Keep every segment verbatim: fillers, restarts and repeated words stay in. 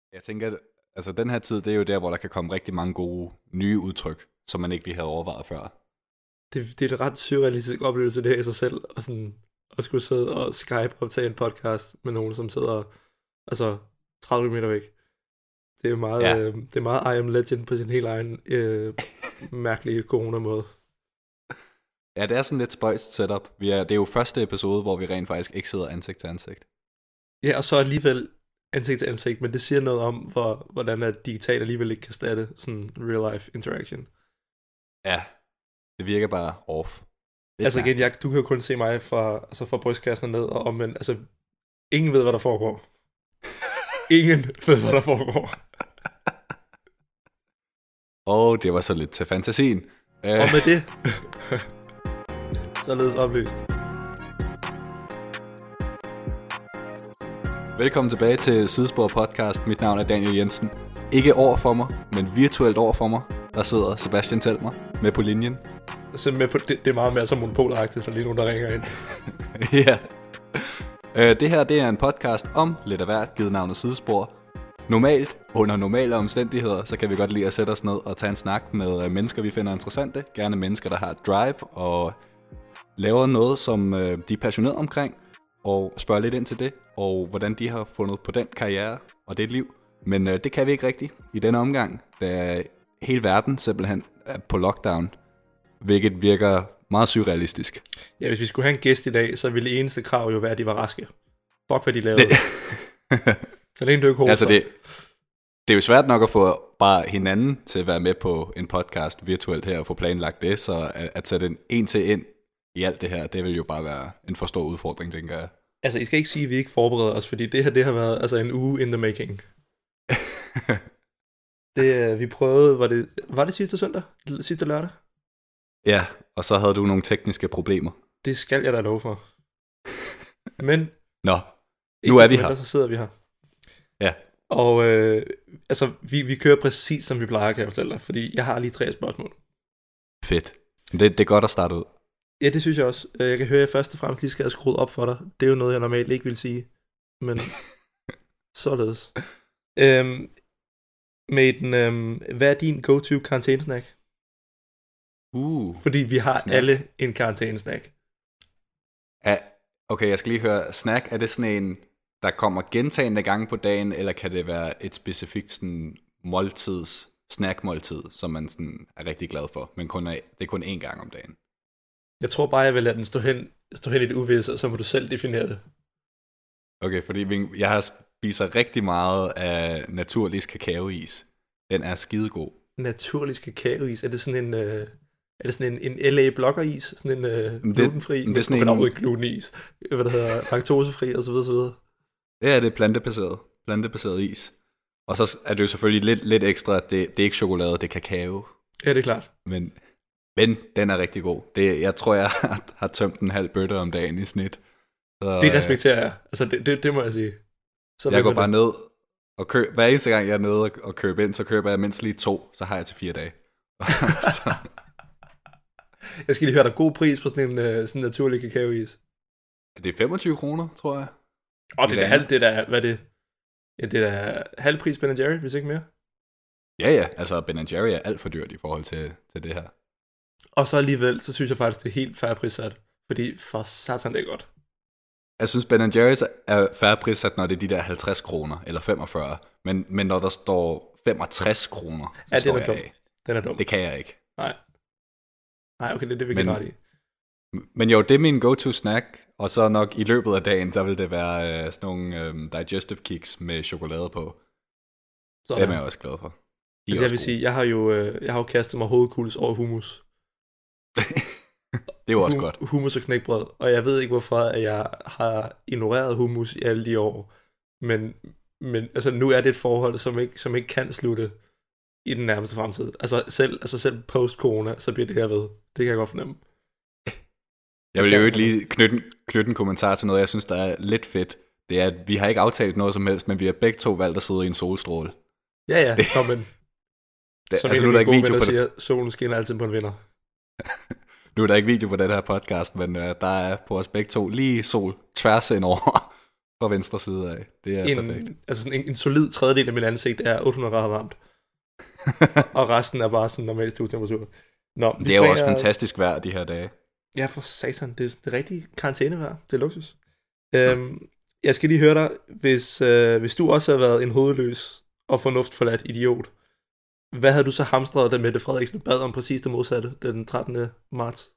Jeg tænker, at altså, den her tid, det er jo der, hvor der kan komme rigtig mange gode nye udtryk, som man ikke lige havde overvejet før. Det, det er en ret surrealistisk oplevelse, det her i sig selv, og sådan, at skulle sidde og Skype optage en podcast med nogen, som sidder altså tredive meter væk. Det er meget, Ja. øh, det er meget I Am Legend på sin helt egen øh, mærkelige corona-måde. Ja, det er sådan lidt spøjst setup. Vi er, det er jo første episode, hvor vi rent faktisk ikke sidder ansigt til ansigt. Ja, og så alligevel ansigt til ansigt, men det siger noget om, hvor, hvordan at digital alligevel ikke kan erstatte sådan real-life interaction. Ja, det virker bare off. Lidt Altså igen, jeg, du kan jo kun se mig fra, altså fra brystkassen og ned, og omvendt, altså, ingen ved, hvad der foregår. Ingen ved, hvad der foregår. Og det var så lidt til fantasien. Og med det, således opløst. Velkommen tilbage til Sidespor Podcast. Mit navn er Daniel Jensen. Ikke over for mig, men virtuelt over for mig, der sidder Sebastian Telmer med på linjen. Så med på, det, det er meget mere som monopolagtigt, for lige nogen, der ringer ind. Ja. Øh, det her, det er en podcast om lidt af hvert, givet navnet Sidespor. Normalt, under normale omstændigheder, så kan vi godt lide at sætte os ned og tage en snak med øh, mennesker, vi finder interessante. Gerne mennesker, der har et drive og laver noget, som øh, de er passionerede omkring. Og spørge lidt ind til det, og hvordan de har fundet på den karriere og det liv. Men øh, det kan vi ikke rigtigt i denne omgang, da hele verden simpelthen er på lockdown, hvilket virker meget surrealistisk. Ja, hvis vi skulle have en gæst i dag, så ville det eneste krav jo være, at de var raske. Fuck, hvad de lavede. Det... så længe du ikke hoster. Altså det, det er jo svært nok at få bare hinanden til at være med på en podcast virtuelt her og få planlagt det, så at, at sætte en en til en i alt det her, det vil jo bare være en for stor udfordring, tænker jeg. Altså, I skal ikke sige, at vi ikke forbereder os, fordi det her, det har været altså en uge in the making. det, vi prøvede, var det, var det sidste søndag? Sidste lørdag? Ja, og så havde du nogle tekniske problemer. Det skal jeg da love for. Men Nå, nu er vi mindre, her. Så sidder vi her. Ja. Og øh, altså, vi, vi kører præcis, som vi plejer, kan jeg fortælle dig, fordi jeg har lige tre spørgsmål. Fedt. Det, det er godt at starte ud. Ja, det synes jeg også. Jeg kan høre, at jeg først og fremmest lige skal have skruet op for dig. Det er jo noget, jeg normalt ikke vil sige. Men således. Øhm, Maiden, øhm, hvad er din go-to karantænesnack? Uh, Fordi vi har snack. alle en karantænesnack. Ja, okay, jeg skal lige høre. Snack, er det sådan en, der kommer gentagende gange på dagen, eller kan det være et specifikt sådan måltids, snackmåltid, som man sådan er rigtig glad for, men kun er, det er kun én gang om dagen? Jeg tror bare, jeg vil lade den stå hen, stå hen i det uvisse, og så må du selv definere det. Okay, fordi min, jeg har spiser rigtig meget af naturlig kakaois. Den er skidegod. Naturlig kakaois, er det sådan en... Øh, er det sådan en, en L A bloggeris, sådan en øh, glutenfri, det er sådan en... en... ikke glutenis, hvad det hedder, laktosefri og så videre, så videre. Ja, det er plantebaseret, plantebaseret is. Og så er det jo selvfølgelig lidt, lidt ekstra, at det, det er ikke chokolade, det er kakao. Ja, det er klart. Men, men den er rigtig god. Det, jeg tror, jeg har, har tømt en halv bøtte om dagen i snit. Så, det respekterer jeg. Altså, det, det, det må jeg sige. Så jeg går bare det. ned og køber, hver eneste gang jeg er nede og, og køber ind, så køber jeg mindst lige to, så har jeg til fire dage. så... Jeg skal lige høre, der er god pris på sådan en uh, sådan naturlig kakaois. Det er femogtyve kroner, tror jeg. Åh, oh, det er da halv, det der, hvad er det? Ja, det er da halv pris Ben and Jerry, hvis ikke mere. Ja, ja, altså Ben and Jerry er alt for dyrt i forhold til, til det her. Og så alligevel, så synes jeg faktisk, det er helt fair prissat. Fordi for satan, det er godt. Jeg synes, Ben and Jerry's er fair prissat, når det er de der halvtreds kroner, eller femogfyrre. Men, men når der står femogtres kroner, så ja, står den er jeg dum. af. Den er dum. Det kan jeg ikke. Nej. Nej, okay, det er det, vi men, kan ret i. Men jo, det er min go-to snack, og så nok i løbet af dagen, så vil det være øh, sådan nogle øh, digestive kicks med chokolade på. Sådan. Dem er jeg også glad for. De altså, jeg vil gode. sige, jeg har jo, øh, jeg har jo kastet mig hovedkuls over hummus. Det er jo også hum, godt. Hummus og knækbrød, og jeg ved ikke, hvorfor at jeg har ignoreret hummus i alle de år. Men, men altså, nu er det et forhold, som ikke, som ikke kan slutte i den nærmeste fremtid. Altså selv, altså selv post-corona, så bliver det her ved. Det kan jeg godt fornemme. Jeg vil jo ikke lige knytte, knytte en kommentar til noget, jeg synes, der er lidt fedt. Det er, at vi har ikke aftalt noget som helst, men vi har begge to valgt at sidde i en solstråle. Ja, ja. Det, Nå, men, det, som altså, en nu er der ikke video venner på siger, solen skinner altid på en vinder. Nu er der ikke video på den her podcast, men uh, der er på os begge to lige sol tværs ind over. fra venstre side af. Det er en, perfekt. Altså sådan en, en solid tredjedel af mit ansigt er otte hundrede grader varmt. Og resten er bare sådan normal stuetemperatur. Nå, det er jo også fantastisk vejr de her dage. Ja, for satan. Det er, det er rigtig karantænevejr. Det er luksus. øhm, jeg skal lige høre dig, hvis, øh, hvis du også havde været en hovedløs og fornuftforladt idiot, hvad havde du så hamstret, da Mette Frederiksen bad om præcis det modsatte den trettende marts?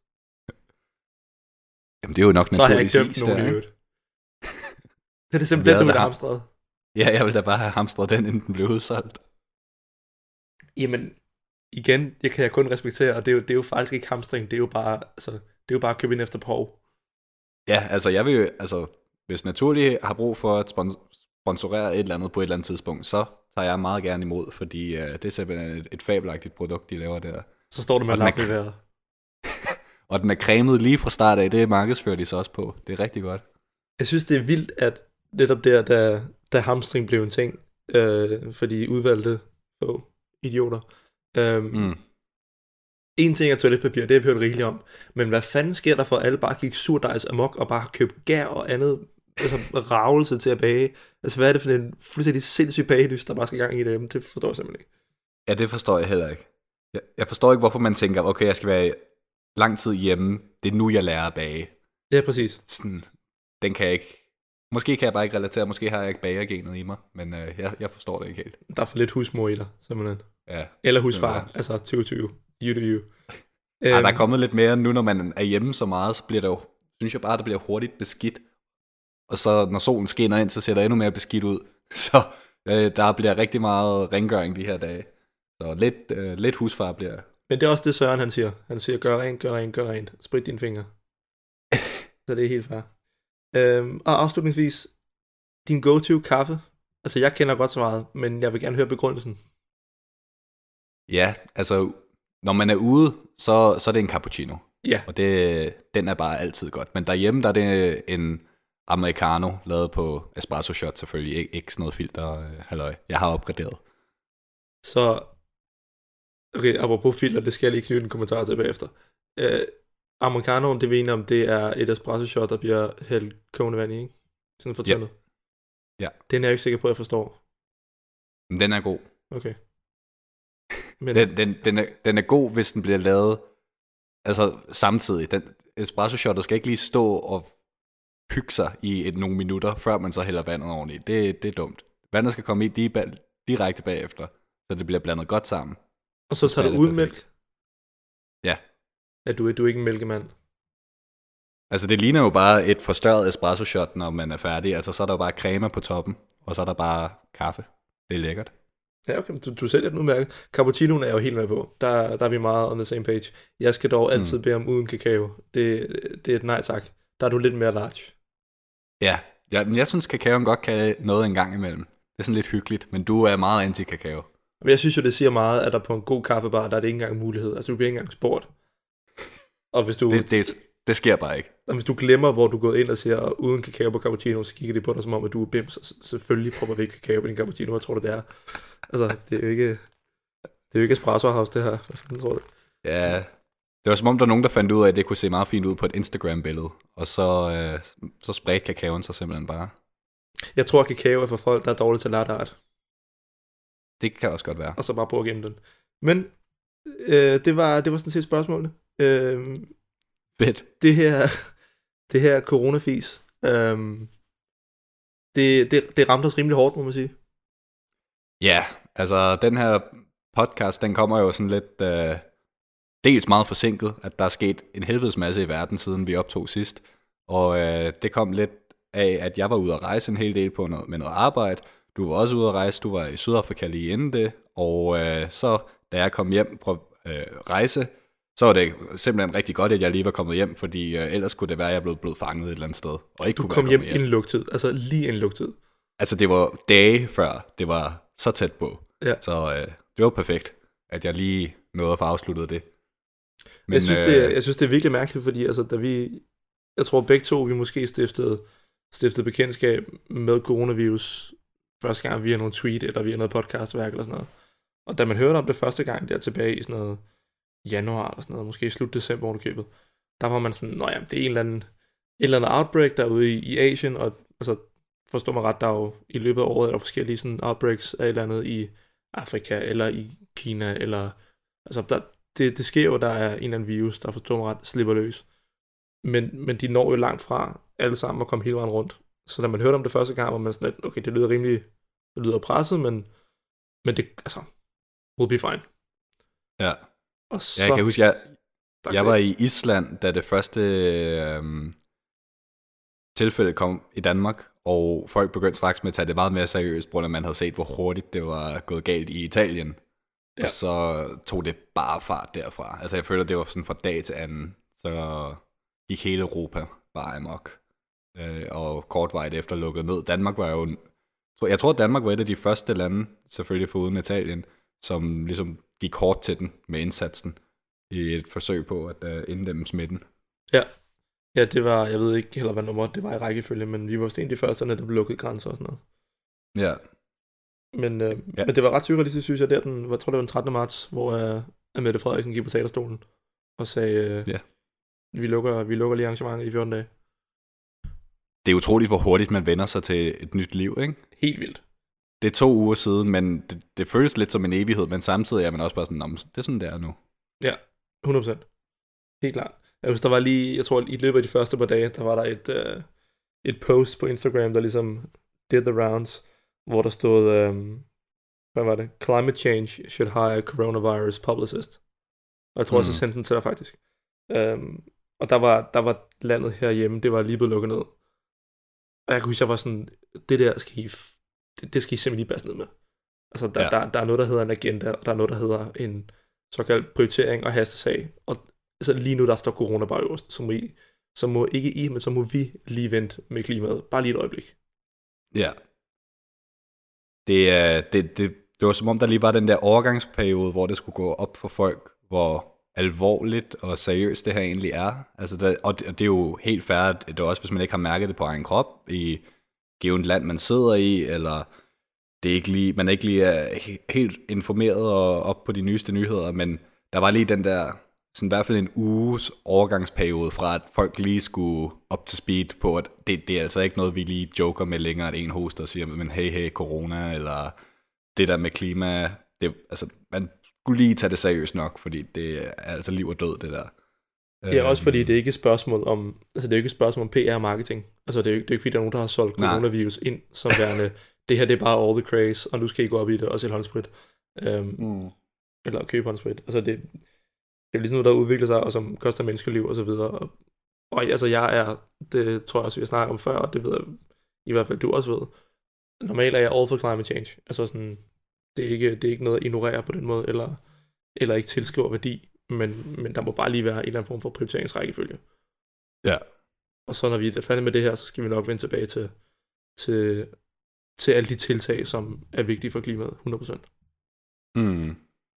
Jamen, det er jo nok så naturligvis. Så har jeg ikke dømt nogen i øvrigt. Det er det simpelthen, du ville have hamstret. Ja, jeg ville da bare have hamstret den, inden den blev udsolgt. Jamen, igen, det kan jeg kun respektere, og det er jo, det er jo faktisk ikke hamstring, det er jo bare, altså, det er jo bare at købe ind efter behov. Ja, altså jeg vil jo, altså, hvis Naturlig har brug for at spons- sponsorere et eller andet på et eller andet tidspunkt, så tager jeg meget gerne imod, fordi uh, det er simpelthen et, et fabelagtigt produkt, de laver der. Så står du med lappen i vejret. Og den er cremet lige fra start af, det markedsfører de så også på. Det er rigtig godt. Jeg synes, det er vildt, at netop der, da, da hamstring blev en ting, øh, for de udvalgte få idioter. Um, mm. En ting er toiletpapir, det har vi hørt rigeligt om. Men hvad fanden sker der for, at alle bare gik surdejs amok og bare købte gær og andet, altså ravelse til at bage? Altså hvad er det for en fuldstændig sindssyg bagelyst, der bare skal i gang i det? Det forstår jeg simpelthen ikke. Ja, det forstår jeg heller ikke. Jeg, jeg forstår ikke, hvorfor man tænker, okay, jeg skal være lang tid hjemme, det er nu, jeg lærer at bage. Ja, præcis. Sådan, den kan jeg ikke. Måske kan jeg bare ikke relatere, måske har jeg ikke bagergenet i mig, men øh, jeg, jeg forstår det ikke helt. Der er for lidt husmor i dig, simpelthen. Ja. Eller husfar, ja. Altså tyve tyve. You do you. Ja, der er kommet lidt mere nu, når man er hjemme så meget, så bliver det jo, synes jeg bare, det bliver hurtigt beskidt. Og så når solen skinner ind, så ser der endnu mere beskidt ud. Så øh, der bliver rigtig meget rengøring de her dage. Så lidt, øh, lidt husfar bliver. Men det er også det Søren, han siger. Han siger, gør rent, gør rent, gør rent. Sprit dine fingre. Så det er helt fair. Øhm, og afslutningsvis, din go-to kaffe. Altså, jeg kender godt så meget, men jeg vil gerne høre begrundelsen. Ja, altså, når man er ude, så, så er det en cappuccino. Ja. Og det, den er bare altid godt. Men derhjemme, der er det en americano, lavet på espresso shot selvfølgelig. Ik- ikke sådan noget filter, øh, halløj. Jeg har opgraderet. Så, okay, apropos filter, det skal jeg lige knytte en kommentar til bagefter. Øh, americanoen, det vi er enige om, det er et espresso shot, der bliver hældt kogende vand i, ikke? Sådan fortællet. Ja. Ja. Den er jeg ikke sikker på, at jeg forstår. Men den er god. Okay. Men... Den, den, den, er, den er god, hvis den bliver lavet altså samtidig. Den espresso shot skal ikke lige stå og hygge sig i et, nogle minutter, før man så hælder vandet oveni. Det, det er dumt. Vandet skal komme i direkte bagefter, så det bliver blandet godt sammen. Og så tager du uden mælk? Ja. Ja, du er, du er ikke en mælkemand. Altså det ligner jo bare et forstørret espresso shot, når man er færdig. Altså så er der jo bare creme på toppen, og så er der bare kaffe. Det er lækkert. Ja, okay, du, du sælger den udmærket. Cappuccinoen er jeg jo helt med på. Der, der er vi meget on the same page. Jeg skal dog altid mm. bede om uden kakao. Det, det er et nej tak. Der er du lidt mere large. Ja, ja, men jeg synes, kakaoen godt kan noget en gang imellem. Det er sådan lidt hyggeligt, men du er meget anti-kakao. Men jeg synes jo, det siger meget, at der på en god kaffebar, der er det ikke engang en mulighed. Altså, du bliver ikke engang spurgt. Og hvis du... Det, det, det sker bare ikke. Og hvis du glemmer, hvor du er gået ind og siger, uden kakao på cappuccino, så kigger de på dig som om, at du er bims. Så selvfølgelig prøver vi ikke kakao på din cappuccino. Jeg tror det, det er. Altså, det er jo ikke... Det er jo ikke espresso house, det her. Hvad fanden tror du? Ja, det var som om, der var nogen, der fandt ud af, at det kunne se meget fint ud på et Instagram-billede. Og så, øh, så spredte kakaoen sig simpelthen bare. Jeg tror, at kakao er for folk, der er dårligt til latte art. Det kan også godt være. Og så bare prøve at gemme den. Men øh, det, var, det var sådan set spørgsmålene. Øh, Fedt. Det her, det her coronafis, øh, det, det, det ramte os rimelig hårdt, må man sige. Ja, altså den her podcast, den kommer jo sådan lidt... Øh, dels meget forsinket, at der er sket en helvedes masse i verden, siden vi optog sidst. Og øh, det kom lidt af, at jeg var ude at rejse en hel del på noget, med noget arbejde. Du var også ude at rejse, du var i Sydafrika lige inden det. Og øh, så, da jeg kom hjem fra øh, rejse, så var det simpelthen rigtig godt, at jeg lige var kommet hjem, fordi øh, ellers kunne det være, at jeg blev blevet fanget et eller andet sted. Og ikke du kunne kom være hjem, hjem inden lugtid, altså lige inden lugtid. Altså det var dage før, det var så tæt på. Ja. Så øh, det var perfekt, at jeg lige nåede at få afsluttet det. Men, jeg, synes, øh, det, jeg synes, det er virkelig mærkeligt, fordi altså, da vi, jeg tror begge to, vi måske stiftede, stiftede bekendtskab med coronavirus første gang via nogle tweet, eller via noget podcastværk eller sådan noget. Og da man hørte om det første gang, der tilbage i sådan noget januar eller sådan noget, måske i slut december underkøbet, der var man sådan, nå ja, det er en eller anden, et eller andet outbreak derude i, i Asien, og altså, forstår mig ret, der er jo i løbet af året, er der forskellige sådan outbreaks af et eller andet i Afrika, eller i Kina, eller, altså, der, det, det sker jo, der er en eller anden virus, der forstår mig ret, slipper løs. Men, men de når jo langt fra alle sammen at komme hele vejen rundt. Så da man hørte om det første gang, var man sådan lidt, okay, det lyder rimelig, det lyder presset, men, men det, altså, will be fine. Ja. Og så, jeg kan huske, jeg, jeg var i Island, da det første øhm, tilfælde kom i Danmark, og folk begyndte straks med at tage det meget mere seriøst, på grund af, at man havde set, hvor hurtigt det var gået galt i Italien. Ja. Og så tog det bare fart derfra. Altså jeg føler, det var sådan fra dag til anden, så gik hele Europa bare amok. Øh, og kortvarigt efter lukket ned. Danmark var jo... Jeg tror, at Danmark var et af de første lande, selvfølgelig foruden Italien, som ligesom gik hårdt til den med indsatsen i et forsøg på at uh, inddæmme smitten. Ja. Ja, det var, jeg ved ikke heller, hvad nummer det var i rækkefølge, men vi var vist en af de første, der blev lukket grænser og sådan noget. Ja. Men, øh, ja. men det var ret surrealistisk, synes jeg, der den, jeg tror det var den trettende marts, hvor uh, Mette Frederiksen gik på teaterstolen og sagde, uh, ja. vi, lukker, vi lukker lige arrangementet i fjorten dage. Det er utroligt, hvor hurtigt man vender sig til et nyt liv, ikke? Helt vildt. Det er to uger siden, men det, det føles lidt som en evighed, men samtidig er man også bare sådan, det er sådan, det er nu. Ja, hundrede procent. Helt klart. Jeg husker, der var lige, jeg tror, i løbet af de første par dage, der var der et, uh, et post på Instagram, der ligesom did the rounds, hvor der stod, um, hvad var det? Climate change should hire coronavirus publicist. Og jeg tror mm. også, jeg sendte den til dig faktisk. Um, og der var, der var landet herhjemme, det var lige blevet lukket ned. Og jeg kunne huske, jeg var sådan, det der skal I, det, det skal I simpelthen lige passe ned med. Altså, der, ja. der, der er noget, der hedder en agenda, og der er noget, der hedder en såkaldt prioritering og hastesag. Og altså, lige nu, der står corona bare øverst, så må, I, så må ikke I, men så må vi lige vente med klimaet. Bare lige et øjeblik. Ja. Det, det, det, det var som om, der lige var den der overgangsperiode, hvor det skulle gå op for folk, hvor alvorligt og seriøst det her egentlig er. Altså der, og, det, og det er jo helt fair, at det er også, hvis man ikke har mærket det på egen krop, i givet land, man sidder i, eller det er ikke lige, man er ikke lige er helt informeret og op på de nyeste nyheder, men der var lige den der, sådan i hvert fald en uges overgangsperiode fra, at folk lige skulle op til speed på, at det, det er altså ikke noget, vi lige joker med længere, at en hoster og siger, men hey, hey, corona, eller det der med klima, det, altså man skulle lige tage det seriøst nok, fordi det er altså liv og død, det der. Ja, også fordi det er ikke et spørgsmål om, altså det er ikke et spørgsmål om P R og marketing. Altså det er jo ikke, det er ikke fordi, der er nogen, der har solgt coronavirus ind som værende, det her det er bare all the craze, og nu skal I gå op i det og sælge håndsprit. Um, mm. Eller købe håndsprit. Altså det, det er ligesom noget, der udvikler sig, og som koster menneskeliv og så videre. Og, og altså jeg er, det tror jeg også, vi har snakket om før, og det ved jeg, i hvert fald du også ved. Normalt er jeg all for climate change. Altså sådan, det er ikke, det er ikke noget at ignorere på den måde, eller, eller ikke tilskrive værdi, men, men der må bare lige være en eller anden form for prioriteringsrækkefølge. Ja. Og så når vi er færdige med det her, så skal vi nok vende tilbage til, til, til alle de tiltag, som er vigtige for klimaet, hundrede procent. Mm.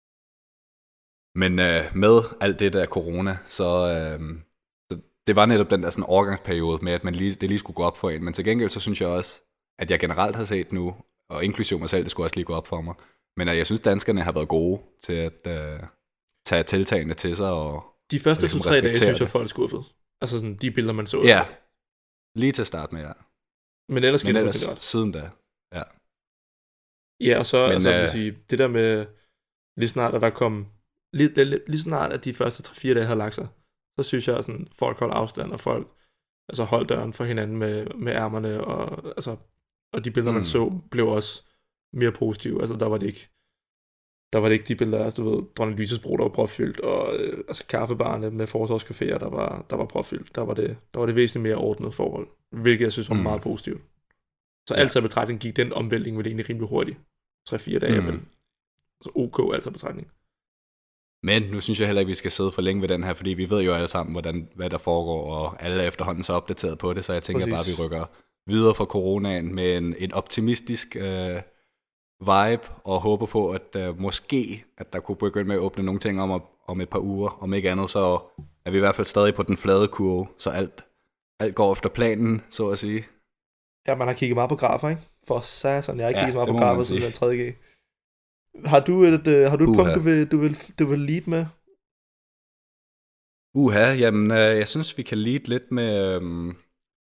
Men øh, med alt det der corona, så, øh, så det var netop den der sådan overgangsperiode med, at man lige, det lige skulle gå op for en. Men til gengæld, så synes jeg også, at jeg generelt har set nu, og inklusive mig selv, det skulle også lige gå op for mig, men at jeg synes, danskerne har været gode til at øh, tage tiltagene til sig. Og, de første og ligesom to-tre dage, synes jeg, det. folk er skuffet. Altså sådan, de billeder, man så. Ja, lige til at starte med, ja. Men ellers, men ellers siden da, ja. Ja, og så, men, altså, øh, vil sige, det der med, lige snart, at der kom, lige, lige, lige snart, at de første tre-fire dage havde lagt sig, så synes jeg, at folk holdt afstand, og folk altså holdt døren for hinanden med, med ærmerne, og, altså, og de billeder, mm. man så, blev også mere positive. Altså, der var det ikke, der var det ikke de billeder, altså, du ved, Dronning Lyses bro, der var propfyldt, og øh, altså, kaffebarne med forsorgscaféer, der var, der var propfyldt. Der var det, der var det væsentligt mere ordnet forhold, hvilket jeg synes var mm. meget positivt. Så ja. Altid af betragtning gik den omvæltning vel egentlig rimelig hurtigt. tre-fire dage, mm. vel. Altså ok, altså betragtning. Men nu synes jeg heller ikke, vi skal sidde for længe ved den her, fordi vi ved jo alle sammen, hvordan, hvad der foregår, og alle er efterhånden så opdateret på det, så jeg tænker Præcis. bare, at vi rykker videre fra coronaen med en, en optimistisk øh, vibe, og håber på, at øh, måske, at der kunne begynde med at åbne nogle ting om, om et par uger, om ikke andet, så er vi i hvert fald stadig på den flade kurve, så alt, alt går efter planen, så at sige. Ja, man har kigget meget på grafer, ikke? For sådan, jeg har ikke ja, kigget meget på grafer siden den tredje G. Har du et, uh, har du et uh-huh. punkt, du vil, du, vil, du vil lead med? Uha, jamen, øh, jeg synes, vi kan lead lidt med, øh,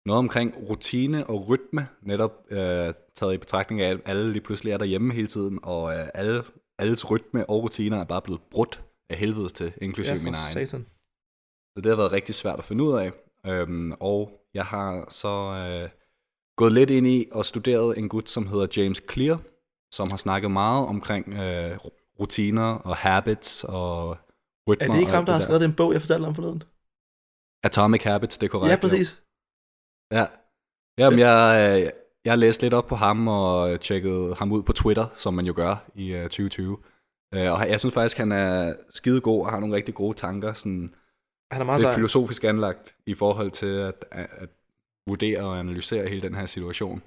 noget omkring rutine og rytme, netop øh, taget i betragtning af, at alle lige pludselig er derhjemme hele tiden, og øh, alle, alles rytme og rutiner er bare blevet brudt af helvede til, inklusive ja, min egen. Satan. Så det har været rigtig svært at finde ud af, øhm, og jeg har så øh, gået lidt ind i og studeret en gut, som hedder James Clear, som har snakket meget omkring øh, rutiner og habits og rytmer. Er det ikke ham, der har skrevet den bog, jeg fortalte om forleden? Atomic Habits, det er korrekt. Ja, præcis. Jo. Ja, Jamen, jeg, jeg har læst lidt op på ham og tjekket ham ud på Twitter, som man jo gør i uh, tyve tyve. Uh, og jeg synes faktisk, han er skidegod og har nogle rigtig gode tanker, sådan han er meget lidt filosofisk anlagt i forhold til at, at, at vurdere og analysere hele den her situation.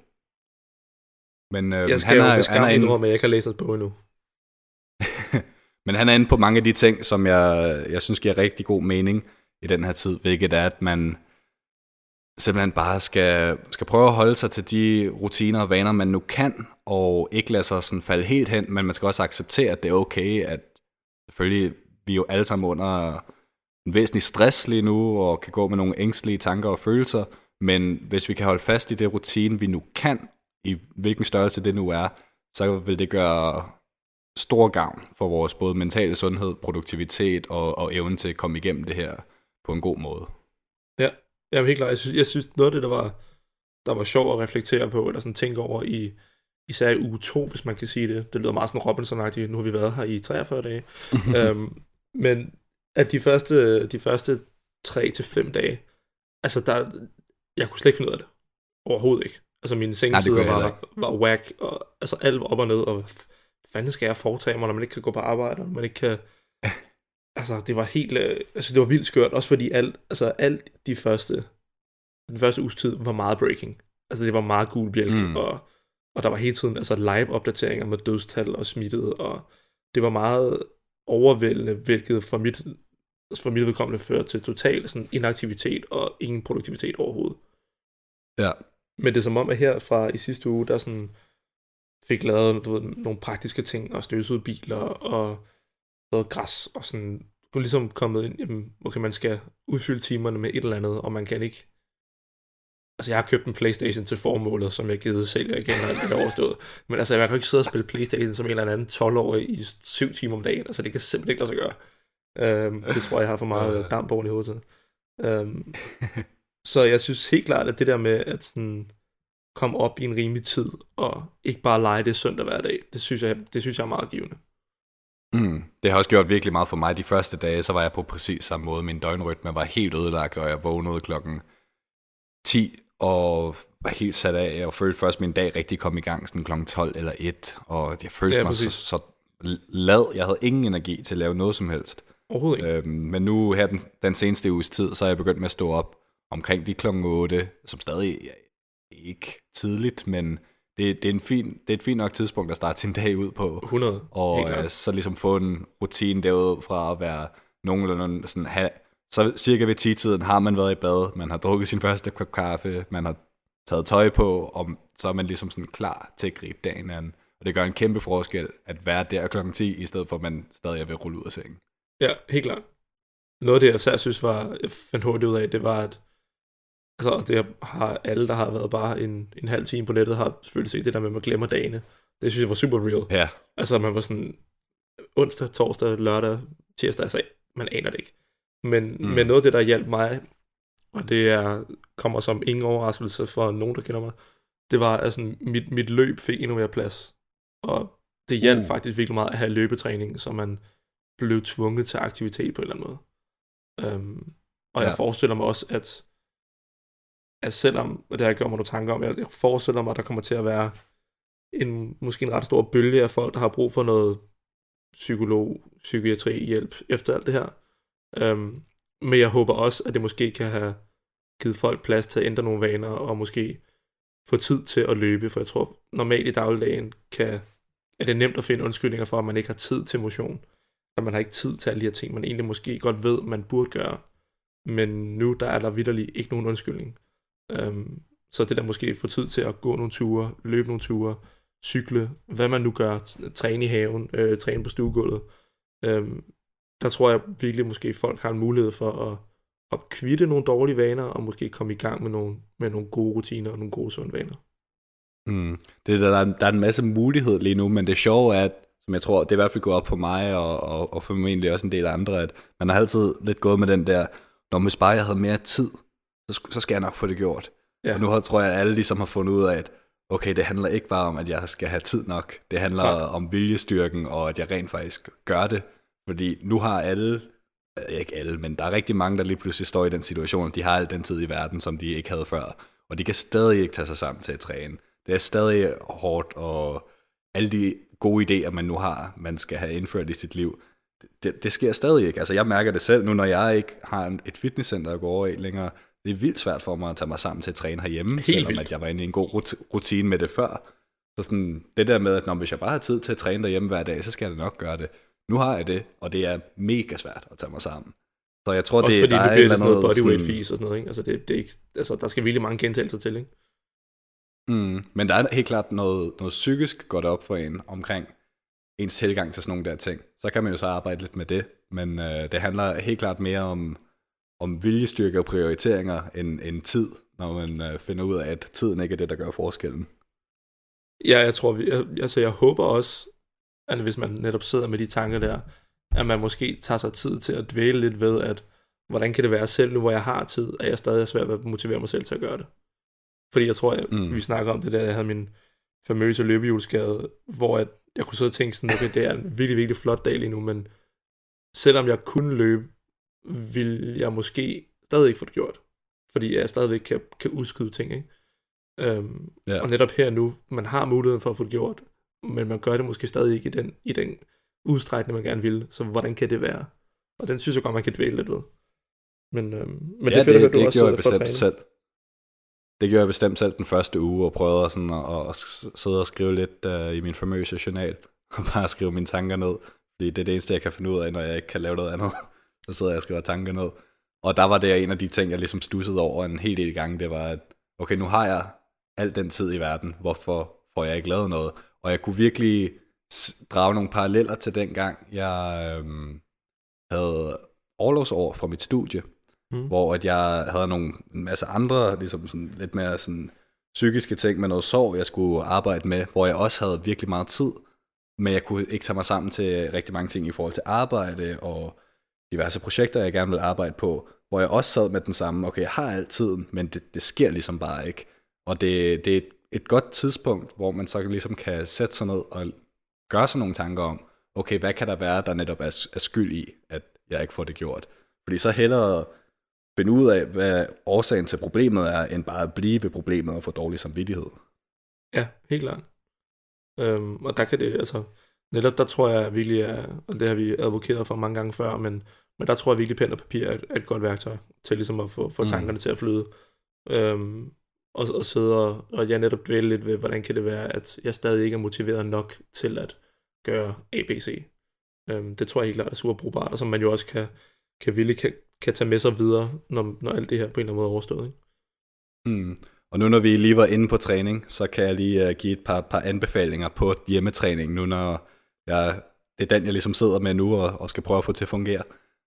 Men uh, jeg skal han jo er, beskamme han er indrømme, at jeg ikke har læst et bog endnu. Men han er inde på mange af de ting, som jeg, jeg synes giver rigtig god mening i den her tid, hvilket er, at man simpelthen bare skal, skal prøve at holde sig til de rutiner og vaner, man nu kan, og ikke lade sig sådan falde helt hen, men man skal også acceptere, at det er okay, at selvfølgelig vi er jo alle sammen under en væsentlig stress lige nu, og kan gå med nogle ængstelige tanker og følelser, men hvis vi kan holde fast i det rutine, vi nu kan, i hvilken størrelse det nu er, så vil det gøre stor gavn for vores både mentale sundhed, produktivitet og, og evne til at komme igennem det her på en god måde. Ja, jeg er helt klar. Jeg synes, jeg synes noget af det, der var, der var sjovt at reflektere på, eller sådan tænke over i, især i uge to, hvis man kan sige det. Det lyder meget sådan Robinson-agtigt. Nu har vi været her i treogfyrre dage. øhm, men at de første, de første tre til fem dage, altså der, jeg kunne slet ikke finde ud af det. Overhovedet ikke. Altså mine sengetider var, var whack, og altså alt var op og ned, og fanden skal jeg foretage mig, når man ikke kan gå på arbejde, når man ikke kan... Altså, det var helt... Altså, det var vildt skørt, også fordi alt, altså, alt de første... Den første uges tid var meget breaking. Altså, det var meget gul bjælke, mm. og, og der var hele tiden altså, live-opdateringer med dødstal og smittede, og det var meget overvældende, hvilket for mit, for mit vedkommende førte til total sådan, inaktivitet og ingen produktivitet overhovedet. Ja. Men det er som om, at her fra i sidste uge, der sådan... fik lavet du ved, nogle praktiske ting, og støvsuget biler, og noget græs, og sådan, kunne ligesom kommet ind, jamen, okay, man skal udfylde timerne med et eller andet, og man kan ikke, altså jeg har købt en PlayStation til formålet, som jeg givet sælger igen, og alt det overstået, men altså jeg kan ikke sidde og spille PlayStation som en eller anden tolv-årig i syv timer om dagen, altså det kan simpelthen ikke lade sig gøre. Um, det tror jeg, jeg har for meget damp oven i hovedet til. Um, så jeg synes helt klart, at det der med, at sådan, komme op i en rimelig tid, og ikke bare lege det søndag hver dag. Det synes jeg, det synes jeg er meget givende. Mm, det har også gjort virkelig meget for mig. De første dage, så var jeg på præcis samme måde. Min døgnrytme var helt ødelagt, og jeg vågnede klokken ti, og var helt sat af, og følte først, min dag rigtig kom i gang, sådan klokken tolv eller et, og jeg følte ja, mig så, så lad. Jeg havde ingen energi til at lave noget som helst. Overhovedet ikke. Øhm, men nu her den, den seneste uges tid, så er jeg begyndt med at stå op omkring de klokken otte, som stadig ikke tidligt, men det, det, er en fin, det er et fint nok tidspunkt at starte sin dag ud på. hundrede Og øh, så ligesom få en rutine derud fra at være nogenlunde sådan, have, så cirka ved ti-tiden har man været i bad, man har drukket sin første kop kaffe, man har taget tøj på, og så er man ligesom sådan klar til at gribe dagen an. Og det gør en kæmpe forskel at være der klokken ti, i stedet for at man stadig er ved at rulle ud af sengen. Ja, helt klart. Noget af det, jeg særligt synes var, jeg fandt hurtigt ud af, det var, at altså, det har alle, der har været bare en, en halv time på nettet, har selvfølgelig set det der med, at man glemmer dagene. Det synes jeg var super real. Ja. Altså, man var sådan onsdag, torsdag, lørdag, tirsdag, altså, man aner det ikke. Men, mm. men noget af det, der hjalp mig, og det er, kommer som ingen overraskelse for nogen, der kender mig, det var, at altså, mit, mit løb fik endnu mere plads. Og det hjalp uh. faktisk virkelig meget at have løbetræning, så man blev tvunget til aktivitet på en eller anden måde. Um, og ja. Jeg forestiller mig også, at at selvom, og det har jeg gjort mig nogle tanker om, jeg forestiller mig, at der kommer til at være en, måske en ret stor bølge af folk, der har brug for noget psykolog, psykiatri hjælp efter alt det her. Um, men jeg håber også, at det måske kan have givet folk plads til at ændre nogle vaner, og måske få tid til at løbe, for jeg tror, normalt i dagligdagen kan, er det nemt at finde undskyldninger for, at man ikke har tid til motion, at man har ikke tid til alle de her ting, man egentlig måske godt ved, man burde gøre, men nu der er der vitterligt ikke nogen undskyldning. Um, så det der måske få tid til at gå nogle ture, løbe nogle ture, cykle, hvad man nu gør, træne i haven, øh, træne på stuegulvet. Um, der tror jeg virkelig måske folk har en mulighed for at, at kvitte nogle dårlige vaner, og måske komme i gang med nogle, med nogle gode rutiner og nogle gode sunde vaner. Mm. Det, der, der er en masse mulighed lige nu, men det sjove er, at, som jeg tror, det er i hvert fald gået op på mig, og, og, og formentlig også en del andre, at man har altid lidt gået med den der, når hvis bare jeg havde mere tid, så, så skal jeg nok få det gjort. Ja. Og nu har, tror jeg, at alle ligesom har fundet ud af, at okay, det handler ikke bare om, at jeg skal have tid nok. Det handler ja. om viljestyrken, og at jeg rent faktisk gør det. Fordi nu har alle, ikke alle, men der er rigtig mange, der lige pludselig står i den situation, at de har al den tid i verden, som de ikke havde før. Og de kan stadig ikke tage sig sammen til at træne. Det er stadig hårdt, og alle de gode idéer, man nu har, man skal have indført i sit liv, det, det sker stadig ikke. Altså jeg mærker det selv nu, når jeg ikke har et fitnesscenter at gå over i længere. Det er vildt svært for mig at tage mig sammen til at træne herhjemme, helt selvom vildt. At jeg var inde i en god rutine med det før. Så sådan, det der med, at når, hvis jeg bare har tid til at træne derhjemme hver dag, så skal jeg nok gøre det. Nu har jeg det, og det er mega svært at tage mig sammen. Så jeg tror, også det, fordi der det er bliver sådan noget sådan... bodyweight fis og sådan noget, ikke? Altså, det, det er ikke, altså, der skal virkelig mange gentagelser til, ikke? Mm, men der er helt klart noget, noget psykisk godt op for en omkring ens tilgang til sådan nogle der ting. Så kan man jo så arbejde lidt med det, men øh, det handler helt klart mere om, om viljestyrke og prioriteringer end, end tid, når man øh, finder ud af, at tiden ikke er det, der gør forskellen. Ja, jeg tror, vi, jeg, altså jeg håber også, at hvis man netop sidder med de tanker der, at man måske tager sig tid til at dvæle lidt ved, at hvordan kan det være selv nu, hvor jeg har tid, at jeg stadig er svært ved at motivere mig selv til at gøre det. Fordi jeg tror, at mm. vi snakker om det der, jeg havde min famøse løbehjulsskade, hvor jeg, jeg kunne sidde og tænke sådan, okay, det er en virkelig, virkelig flot dag lige nu, men selvom jeg kunne løbe, vil jeg måske stadig ikke få det gjort. Fordi jeg stadigvæk kan, kan udskyde ting, ikke? Øhm, yeah. Og netop her nu, man har muligheden for at få det gjort, men man gør det måske stadig ikke i den, i den udstrækning, man gerne vil. Så hvordan kan det være? Og den synes jeg godt, man kan dvæle lidt ved. Men, øhm, men ja, det, det, det, du det også gjorde jeg bestemt selv. Det gjorde jeg bestemt selv den første uge, og prøvede sådan at, at sidde og skrive lidt uh, i min famøse journal, og bare skrive mine tanker ned, fordi det er det eneste, jeg kan finde ud af, når jeg ikke kan lave noget andet. Så sidder jeg og skriver tanker ned. Og der var det en af de ting, jeg ligesom stussede over en hel del gange, det var, at okay, nu har jeg al den tid i verden, hvorfor får jeg ikke lavet noget? Og jeg kunne virkelig drage nogle paralleller til den gang, jeg øhm, havde orlovsår fra mit studie, mm. hvor at jeg havde nogle masse andre, ligesom sådan, lidt mere sådan, psykiske ting med noget sorg, jeg skulle arbejde med, hvor jeg også havde virkelig meget tid, men jeg kunne ikke tage mig sammen til rigtig mange ting i forhold til arbejde og diverse projekter, jeg gerne vil arbejde på, hvor jeg også sad med den samme, okay, jeg har al tiden, men det, det sker ligesom bare ikke. Og det, det er et, et godt tidspunkt, hvor man så ligesom kan sætte sig ned og gøre sig nogle tanker om, okay, hvad kan der være, der netop er, er skyld i, at jeg ikke får det gjort? Fordi så hellere finde ud af, hvad årsagen til problemet er, end bare at blive ved problemet og få dårlig samvittighed. Ja, helt klart. Øhm, og der kan det, altså, netop der tror jeg virkelig, er, og det har vi advokeret for mange gange før, men, men der tror jeg virkelig, pen og papir er, er et godt værktøj til ligesom at få, få tankerne mm. til at flyde. Øhm, og, og sidde og, og jeg netop dvæle lidt ved, hvordan kan det være, at jeg stadig ikke er motiveret nok til at gøre A B C. Øhm, det tror jeg helt klart er super brugbart, og som man jo også kan, kan ville, kan, kan tage med sig videre, når, når alt det her på en eller anden måde er overstået. Ikke? Mm. Og nu når vi lige var inde på træning, så kan jeg lige uh, give et par, par anbefalinger på hjemmetræning, nu når jeg, det er den, jeg ligesom sidder med nu og, og skal prøve at få til at fungere.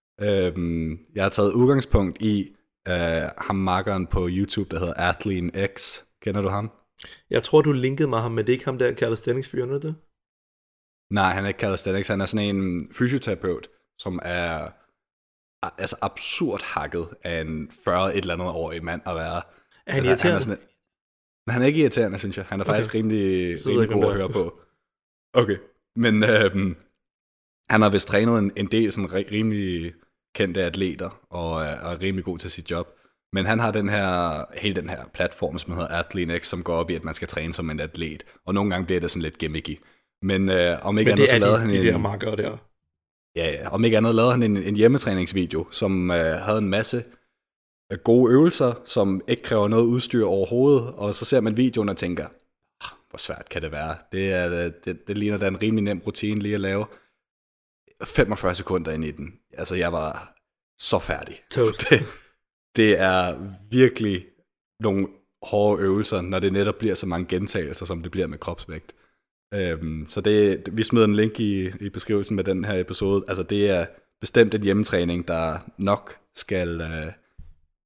Øhm, jeg har taget udgangspunkt i uh, ham makkeren på YouTube, der hedder Athlean X. Kender du ham? Jeg tror, du linkede mig ham, men det er ikke ham der calisthenics-fyren, er det? Nej, han er ikke calisthenics. Han er sådan en fysioterapeut, som er altså absurd hakket af en fyrre et eller andet årig mand at være. Er han irriterende? Han er, sådan, han er ikke irriterende, synes jeg. Han er okay. faktisk rimelig, rimelig god at høre på. Okay, men øhm, han har vist trænet en, en del sådan rimelig kendte atleter, og er, er rimelig god til sit job. Men han har den her, hele den her platform, som hedder Athlean X, som går op i, at man skal træne som en atlet. Og nogle gange bliver det sådan lidt gimmicky. Men øh, om ikke men andet, så lavede de, han de en... der marker der. Ja, ja, om ikke andet lavede han en, en hjemmetræningsvideo, som øh, havde en masse øh, gode øvelser, som ikke kræver noget udstyr overhovedet. Og så ser man videoen og tænker, hvor svært kan det være? Det, er, det, det ligner da en rimelig nem rutine lige at lave. femogfyrre sekunder ind i den. Altså, jeg var så færdig. Det, det er virkelig nogle hårde øvelser, når det netop bliver så mange gentagelser, som det bliver med kropsvægt. Øhm, så det, vi smider en link i, i beskrivelsen med den her episode. Altså, det er bestemt en hjemmetræning, der nok skal, øh,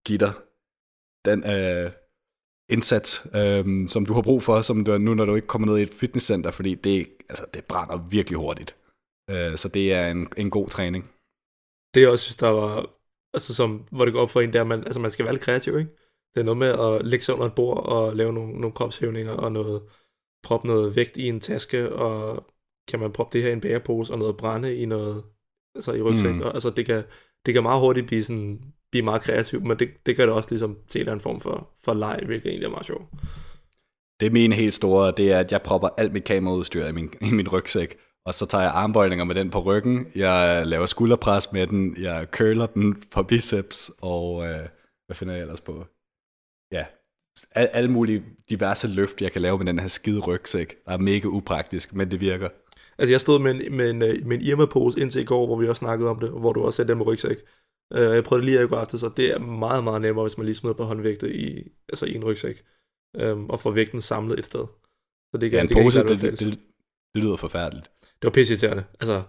give dig den øh, indsats, øh, som du har brug for, som du, nu når du ikke kommer ned i et fitnesscenter, fordi det, altså, det brænder virkelig hurtigt. Øh, så det er en, en god træning. Det jeg også synes, der var, altså som, hvor det går op for en, der man, altså man skal være lidt kreativ, ikke? Det er noget med at lægge sig under et bord og lave nogle, nogle kropshævninger og noget, proppe noget vægt i en taske, og kan man proppe det her i en bærepose og noget brænde i noget, altså i rygsæk. Mm. Og, altså det kan, det kan meget hurtigt blive sådan, blive meget kreativt, men det, det gør det også ligesom til en eller anden form for, for leg, hvilket egentlig er meget sjovt. Det er mine helt store, det er, at jeg propper alt mit kameraudstyr i min, i min rygsæk, og så tager jeg armbøjninger med den på ryggen, jeg laver skulderpres med den, jeg curler den for biceps, og øh, hvad finder jeg ellers på? Ja, al, alle mulige diverse løft, jeg kan lave med den her skide rygsæk, der er mega upraktisk, men det virker. Altså jeg stod med en, med en, med en Irma-pose indtil i går, hvor vi også snakkede om det, hvor du også sagde det med rygsæk. Uh, jeg prøvede det lige at gå efter, så det er meget, meget nemmere, hvis man lige smider på håndvægte i, altså i en rygsæk, um, og får vægten samlet et sted. Så det kan, ja, en det pose, kan det, det, det, det lyder forfærdeligt. Det var pisseirriterende. Altså,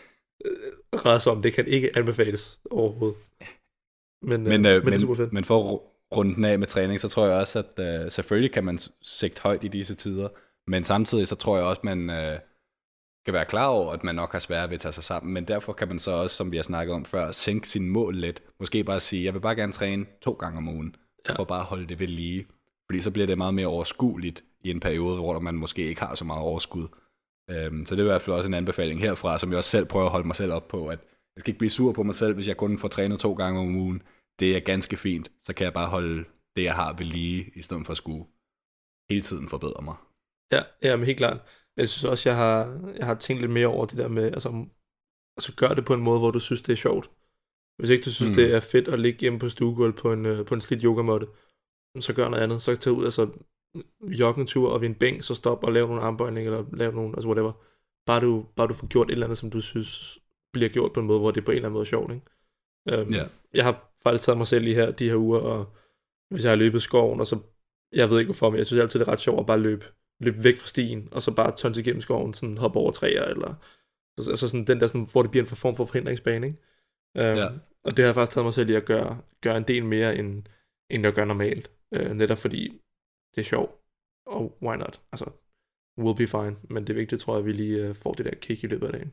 øh, rædsom, det kan ikke anbefales overhovedet. Men, men, øh, øh, men, men, men, men for at runde den af med træning, så tror jeg også, at øh, selvfølgelig kan man sigte højt i disse tider, men samtidig så tror jeg også, at man øh, kan være klar over, at man nok har svært ved at tage sig sammen, men derfor kan man så også, som vi har snakket om før, sænke sine mål lidt. Måske bare sige, jeg vil bare gerne træne to gange om ugen, ja. Og bare holde det ved lige. Fordi så bliver det meget mere overskueligt i en periode, hvor man måske ikke har så meget overskud. Um, så det er i hvert fald også en anbefaling herfra, som jeg også selv prøver at holde mig selv op på, at jeg skal ikke blive sur på mig selv, hvis jeg kun får trænet to gange om ugen. Det er ganske fint, så kan jeg bare holde det, jeg har ved lige, i stedet for at skulle hele tiden forbedre mig. Ja, ja, men helt klart. Jeg synes også, jeg har, jeg har tænkt lidt mere over det der med, altså, altså gør det på en måde, hvor du synes, det er sjovt. Hvis ikke du synes, mm. det er fedt at ligge hjemme på stuegulv på en, på en slidt yogamåtte, så gør noget andet. Så tag ud, altså jogge en tur og ved en bænk, så stop og lave nogle armbøjninger, eller lave nogle, altså whatever. Bare du, bare du får gjort et eller andet, som du synes bliver gjort på en måde, hvor det på en eller anden måde er sjovt, ikke? Um, yeah. Jeg har faktisk taget mig selv i her, de her uger, og hvis jeg har løbet skoven, og så, jeg ved ikke hvorfor, men jeg synes altid, det er ret sjovt at bare løbe, løbe væk fra stien, og så bare tonse igennem skoven, sådan hoppe over træer, eller altså sådan den der, sådan, hvor det bliver en form for forhindringsbane, ikke? Um, yeah. Og det har jeg faktisk taget mig selv i at gøre, gøre en del mere, end, end jeg gør normalt. Uh, netop fordi det er sjovt, og why not? Altså, we'll be fine, men det er vigtigt, tror jeg, at vi lige uh, får det der kick i løbet af dagen.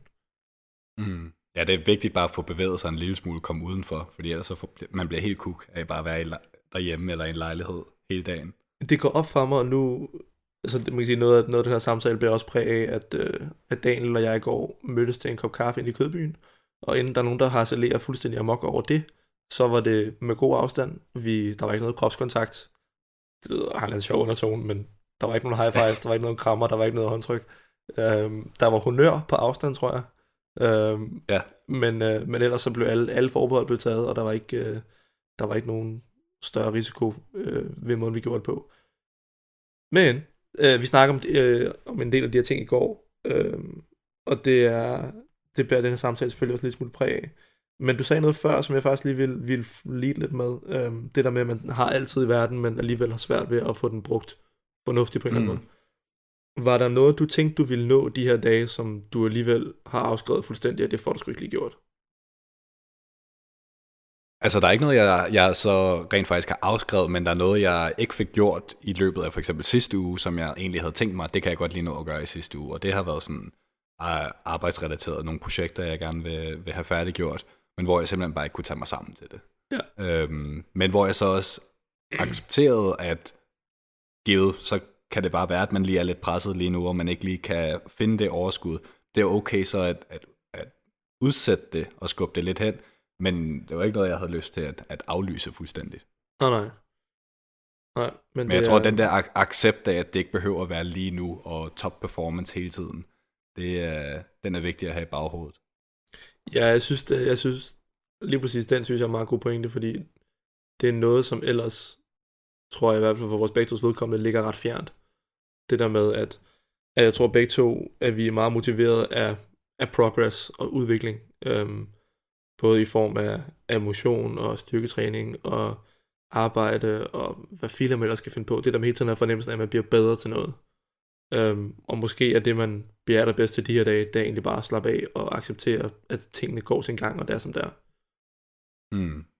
Mm. Ja, det er vigtigt bare at få bevæget sig en lille smule, komme udenfor, fordi ellers så får, man bliver helt kuk af bare at være derhjemme eller i en lejlighed hele dagen. Det går op for mig, og nu, altså man kan sige, noget af, noget af den her samtale bliver også præg af, at, uh, at Daniel og jeg i går mødtes til en kop kaffe ind i Kødbyen, og inden der er nogen, der harcelerer fuldstændig amok over det, så var det med god afstand. Vi, der var ikke noget kropskontakt. Det har en sjov undertone, men der var ikke nogen high five, der var ikke noget krammer, der var ikke noget håndtryk. Øhm, der var honør på afstand, tror jeg. Øhm, ja. men, øh, men ellers så blev alle, alle forbehold blev taget, og der var ikke, øh, der var ikke nogen større risiko øh, ved måden, vi gjorde det på. Men øh, vi snakker om, øh, om en del af de her ting i går, øh, og det er det bærer den her samtale selvfølgelig også lidt smule præg af. Men du sagde noget før, som jeg faktisk lige vil, vil lide lidt med. Øhm, det der med, at man har altid i verden, men alligevel har svært ved at få den brugt fornuftigt på en mm. eller anden måde. Var der noget, du tænkte, du ville nå de her dage, som du alligevel har afskrevet fuldstændig, og det får du sgu ikke lige gjort? Altså, der er ikke noget, jeg, jeg så rent faktisk har afskrevet, men der er noget, jeg ikke fik gjort i løbet af for eksempel sidste uge, som jeg egentlig havde tænkt mig, det kan jeg godt lige nå at gøre i sidste uge. Og det har været sådan arbejdsrelateret, nogle projekter, jeg gerne vil, vil have færdiggjort, men hvor jeg simpelthen bare ikke kunne tage mig sammen til det. Ja. Øhm, men hvor jeg så også accepterede, at givet, så kan det bare være, at man lige er lidt presset lige nu, og man ikke lige kan finde det overskud. Det er okay så at, at, at udsætte det og skubbe det lidt hen, men det var ikke noget, jeg havde lyst til at, at aflyse fuldstændigt. Nej, nej. nej men men jeg tror, er... den der ac- accept af, at det ikke behøver at være lige nu, og top performance hele tiden, det er, den er vigtig at have i baghovedet. Ja, jeg synes, det, jeg synes lige præcis den synes jeg er en meget god pointe, fordi det er noget, som ellers, tror jeg i hvert fald for vores begge tos vedkommende, ligger ret fjernt. Det der med, at, at jeg tror begge to, at vi er meget motiveret af, af progress og udvikling, øhm, både i form af, af motion og styrketræning og arbejde og hvad filer man ellers skal finde på. Det der med hele tiden er fornemmelsen af, at man bliver bedre til noget. Um, og måske er det, man bliver der bedst til de her dage, det er egentlig bare at slappe af og acceptere, at tingene går sin gang, og det er som det er. Mm.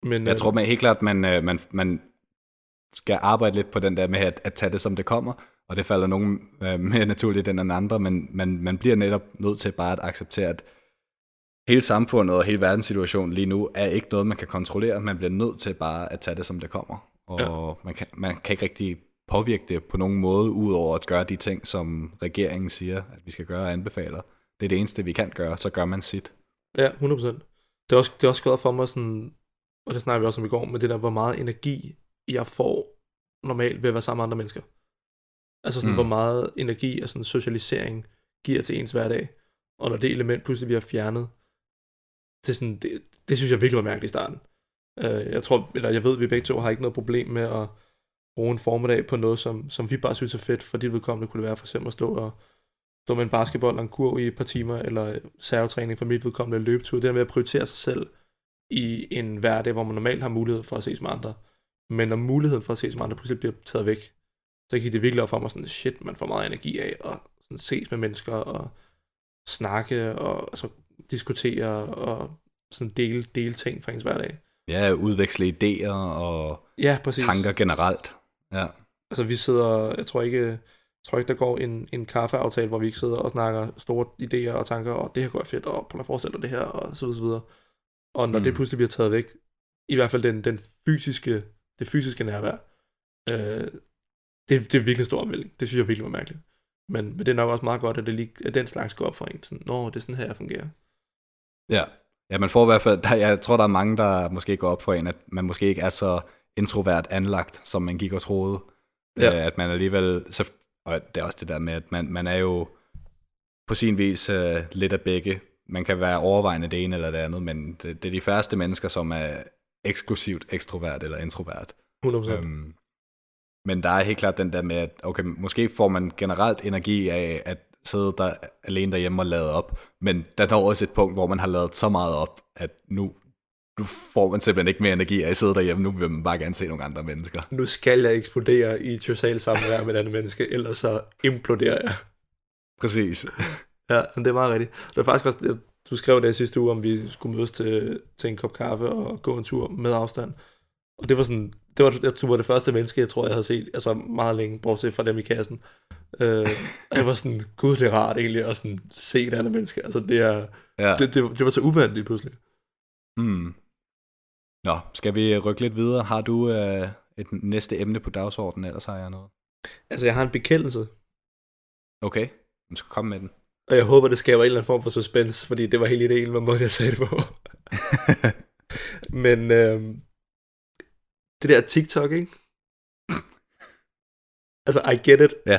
Men, Jeg tror man, helt klart, at man, øh, man, man skal arbejde lidt på den der med at, at tage det, som det kommer, og det falder nogen øh, mere naturligt end andre, men man, man bliver netop nødt til bare at acceptere, at hele samfundet og hele verdenssituationen lige nu er ikke noget, man kan kontrollere. Man bliver nødt til bare at tage det, som det kommer. Og ja. man, kan, man kan ikke rigtig påvirke det på nogen måde, udover at gøre de ting, som regeringen siger, at vi skal gøre og anbefaler. Det er det eneste, vi kan gøre, så gør man sit. Ja, hundrede procent. Det er også, det er også gået for mig sådan, og det snakker vi også om i går, med det der, hvor meget energi jeg får normalt ved at være sammen med andre mennesker. Altså sådan, mm. hvor meget energi og sådan socialisering giver til ens hverdag. Og når det element pludselig bliver fjernet, det, sådan, det, det synes jeg virkelig var mærkeligt i starten. Uh, jeg tror, eller jeg ved, at vi begge to har ikke noget problem med at bruge en formiddag på noget, som, som vi bare synes er fedt, for dit vedkommende kunne det være for eksempel at stå og stå med en basketball og en kurv i et par timer, eller servetræning for mit vedkommende, en løbetur. Det er med at prioritere sig selv i en hverdag, hvor man normalt har mulighed for at ses med andre. Men når muligheden for at ses med andre pludselig bliver taget væk, så gik det virkelig op for mig sådan, shit, man får meget energi af at sådan ses med mennesker og snakke og altså, diskutere og sådan dele, dele ting fra ens hverdag. Ja, udveksle idéer og ja, præcis. Tanker generelt. Ja. Altså vi sidder, jeg tror ikke, jeg tror ikke der går en, en kaffeaftale, hvor vi ikke sidder og snakker store idéer og tanker, og det her går fedt, og prøv at forestille dig det her, og så videre. Og når mm. det pludselig bliver taget væk, i hvert fald den, den fysiske, det fysiske nærvær, øh, det, det er virkelig en stor omvæltning. Det synes jeg virkelig var mærkeligt. Men, men det er nok også meget godt, at, det lige, at den slags går op for en. Sådan, nå, det er sådan her, jeg fungerer. Ja. Ja, man får i hvert fald, der, jeg tror, der er mange, der måske går op for en, at man måske ikke er så introvert anlagt, som man gik og troede. Ja. At man alligevel, så, og det er også det der med, at man, man er jo på sin vis uh, lidt af begge. Man kan være overvejende det ene eller det andet, men det, det er de færreste mennesker, som er eksklusivt ekstrovert eller introvert. hundrede procent. Øhm, men der er helt klart den der med, at okay, måske får man generelt energi af at sidde der alene derhjemme og lade op, men der når også et punkt, hvor man har lavet så meget op, at nu, nu får man simpelthen ikke mere energi af at sidde derhjemme, nu vil man bare gerne se nogle andre mennesker. Nu skal jeg eksplodere i et socialt samvær med et andet menneske, ellers så imploderer jeg. Præcis. Ja, men det er meget rigtigt. Det var faktisk også, du skrev det sidste uge, om vi skulle mødes til, til en kop kaffe og gå en tur med afstand. Og det var sådan, det var, jeg tror, var det første menneske, jeg tror, jeg havde set, altså meget længe, bortset fra dem i kassen. Øh, jeg var sådan, gud, det er rart egentlig at sådan, se et andet menneske. Altså det er, ja. det, det, det var så uvandt pludselig. Mm. Nå, skal vi rykke lidt videre? Har du øh, et næste emne på dagsordenen, ellers har jeg noget? Altså, jeg har en bekendelse. Okay, du skal komme med den. Og jeg håber, det skaber en eller anden form for suspense, fordi det var helt ideen, hvad måde jeg sagde det på. Men øh, det der TikTok, ikke? Altså, I get it. Ja.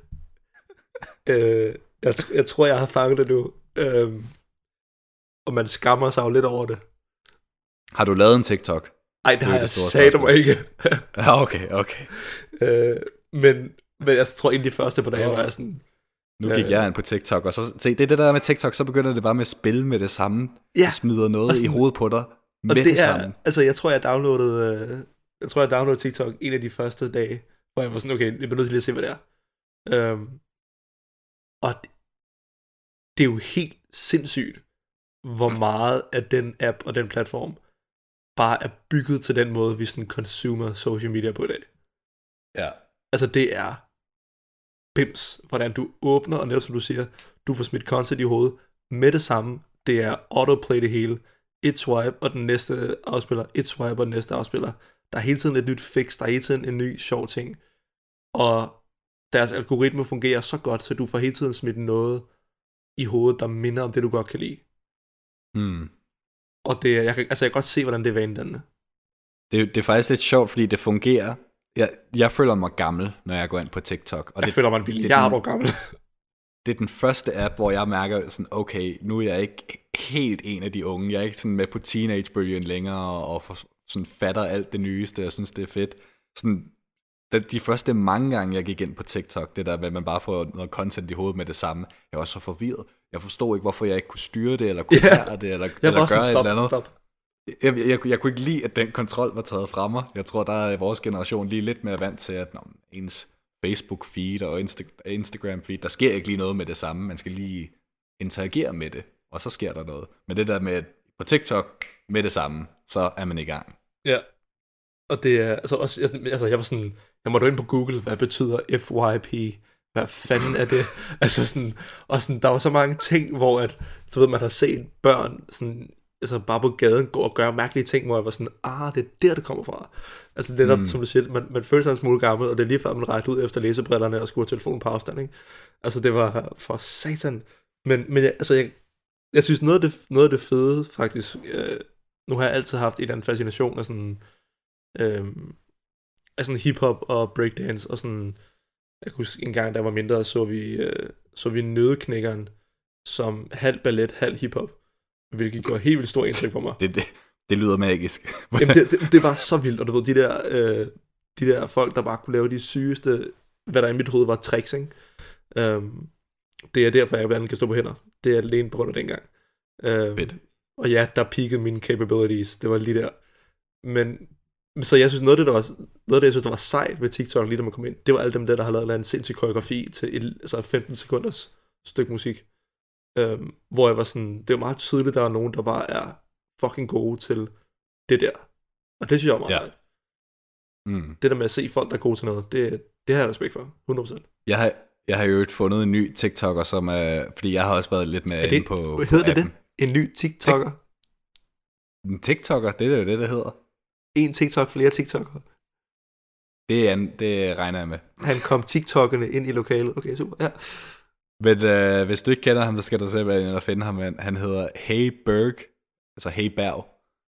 øh, jeg, jeg tror, jeg har fanget det nu. Øh, og man skammer sig jo lidt over det. Har du lavet en TikTok? Ej, det, det har jeg sagt mig ikke. Ja, okay, okay. øh, men, men jeg tror egentlig de første på dagen var jeg sådan... Nu gik øh, jeg ind på TikTok, og så se, det er det der med TikTok, så begynder det bare med at spille med det samme. Ja. Det smider noget sådan, i hovedet på dig med det, det er, samme. Altså, jeg tror, jeg downloadede, øh, jeg tror, jeg downloadede TikTok en af de første dage, hvor jeg var sådan, okay, jeg bliver nødt til lige at se, hvad det er. Øhm, og det, det er jo helt sindssygt, hvor meget af den app og den platform bare er bygget til den måde, vi sådan consumer social media på i dag. Ja. Altså, det er bims, hvordan du åbner, og netop som du siger, du får smidt content i hovedet med det samme. Det er autoplay det hele. Et swipe, og den næste afspiller. Et swipe, og den næste afspiller. Der er hele tiden et nyt fix. Der er hele tiden en ny sjov ting. Og deres algoritme fungerer så godt, så du får hele tiden smidt noget i hovedet, der minder om det, du godt kan lide. Hmm. Og det, jeg, kan, altså jeg kan godt se, hvordan det er vanedannende. Det, det er faktisk lidt sjovt, fordi det fungerer. Jeg, jeg føler mig gammel, når jeg går ind på TikTok. Og jeg det, føler mig en milliard år gammel. Det er den første app, hvor jeg mærker sådan, okay, nu er jeg ikke helt en af de unge. Jeg er ikke sådan med på teenagebølgen længere, og for, sådan fatter alt det nyeste, og synes, det er fedt. Sådan, de første mange gange, jeg gik ind på TikTok, det der med, at man bare får noget content i hovedet med det samme, jeg var så forvirret. Jeg forstod ikke, hvorfor jeg ikke kunne styre det, eller kunne lære yeah. det, eller, eller gøre stop, et eller andet. Stop. Jeg, jeg, jeg, jeg kunne ikke lide, at den kontrol var taget fra mig. Jeg tror, der er vores generation lige lidt mere vant til, at når ens Facebook-feed og Insta- Instagram-feed, der sker ikke lige noget med det samme. Man skal lige interagere med det, og så sker der noget. Men det der med, på TikTok med det samme, så er man i gang. Ja. Og det er, altså også, altså jeg var sådan, jeg måtte ind på Google, hvad betyder F Y P? Hvad fanden er det? Altså sådan, og sådan, der var så mange ting, hvor at, du ved, man har set børn sådan, altså bare på gaden gå og gøre mærkelige ting, hvor jeg var sådan, ah, det er der, det kommer fra. Altså det er mm. som du siger, man, man føler sig en smule gammel, og det er lige før, man rækker ud efter læsebrillerne og skulle have telefonen på afstand, ikke? Altså det var for satan. Men, men jeg, altså jeg, jeg synes, noget af det, noget af det fede, faktisk, øh, nu har jeg altid haft en eller anden fascination af sådan, øh, af sådan hip-hop og breakdance, og sådan, jeg kunne huske en gang, der var mindre, så vi, øh, så vi Nøddeknækkeren som halv ballet, halv hiphop, hvilket gjorde helt vildt stor indtryk på mig. Det, det, det lyder magisk. Jamen, det, det, det var så vildt, og du ved, de der, øh, de der folk, der bare kunne lave de sygeste, hvad der i mit hoved var tricks, ikke? Um, det er derfor, jeg blandt andet kan stå på hænder. Det er alene på grund af dengang. Um, og ja, der peakede mine capabilities. Det var lige der. Men så jeg synes, noget af det, der var, noget af det, jeg synes, der var sejt ved TikTok, lige da man kom ind, det var alle dem der, der har lavet en sindssyg koreografi til et, altså femten sekunders stykke musik. Um, hvor jeg var sådan, det var meget tydeligt, der var nogen, der bare er fucking gode til det der. Og det synes jeg var meget ja. sejt. Mm. Det der med at se folk, der er gode til noget, det, det har jeg respekt for, hundrede procent. Jeg har, jeg har jo fundet en ny TikToker, som er, fordi jeg har også været lidt med inde på, på hedder det det? En ny TikToker? En TikToker, det er jo det, det hedder. En TikTok, flere TikTokere? Det, er, det regner jeg med. Han kom TikTokerne ind i lokalet. Okay, super, ja. Men øh, hvis du ikke kender ham, så skal du simpelthen ind og finde ham. Han hedder Hey Berg, altså Hey Berg.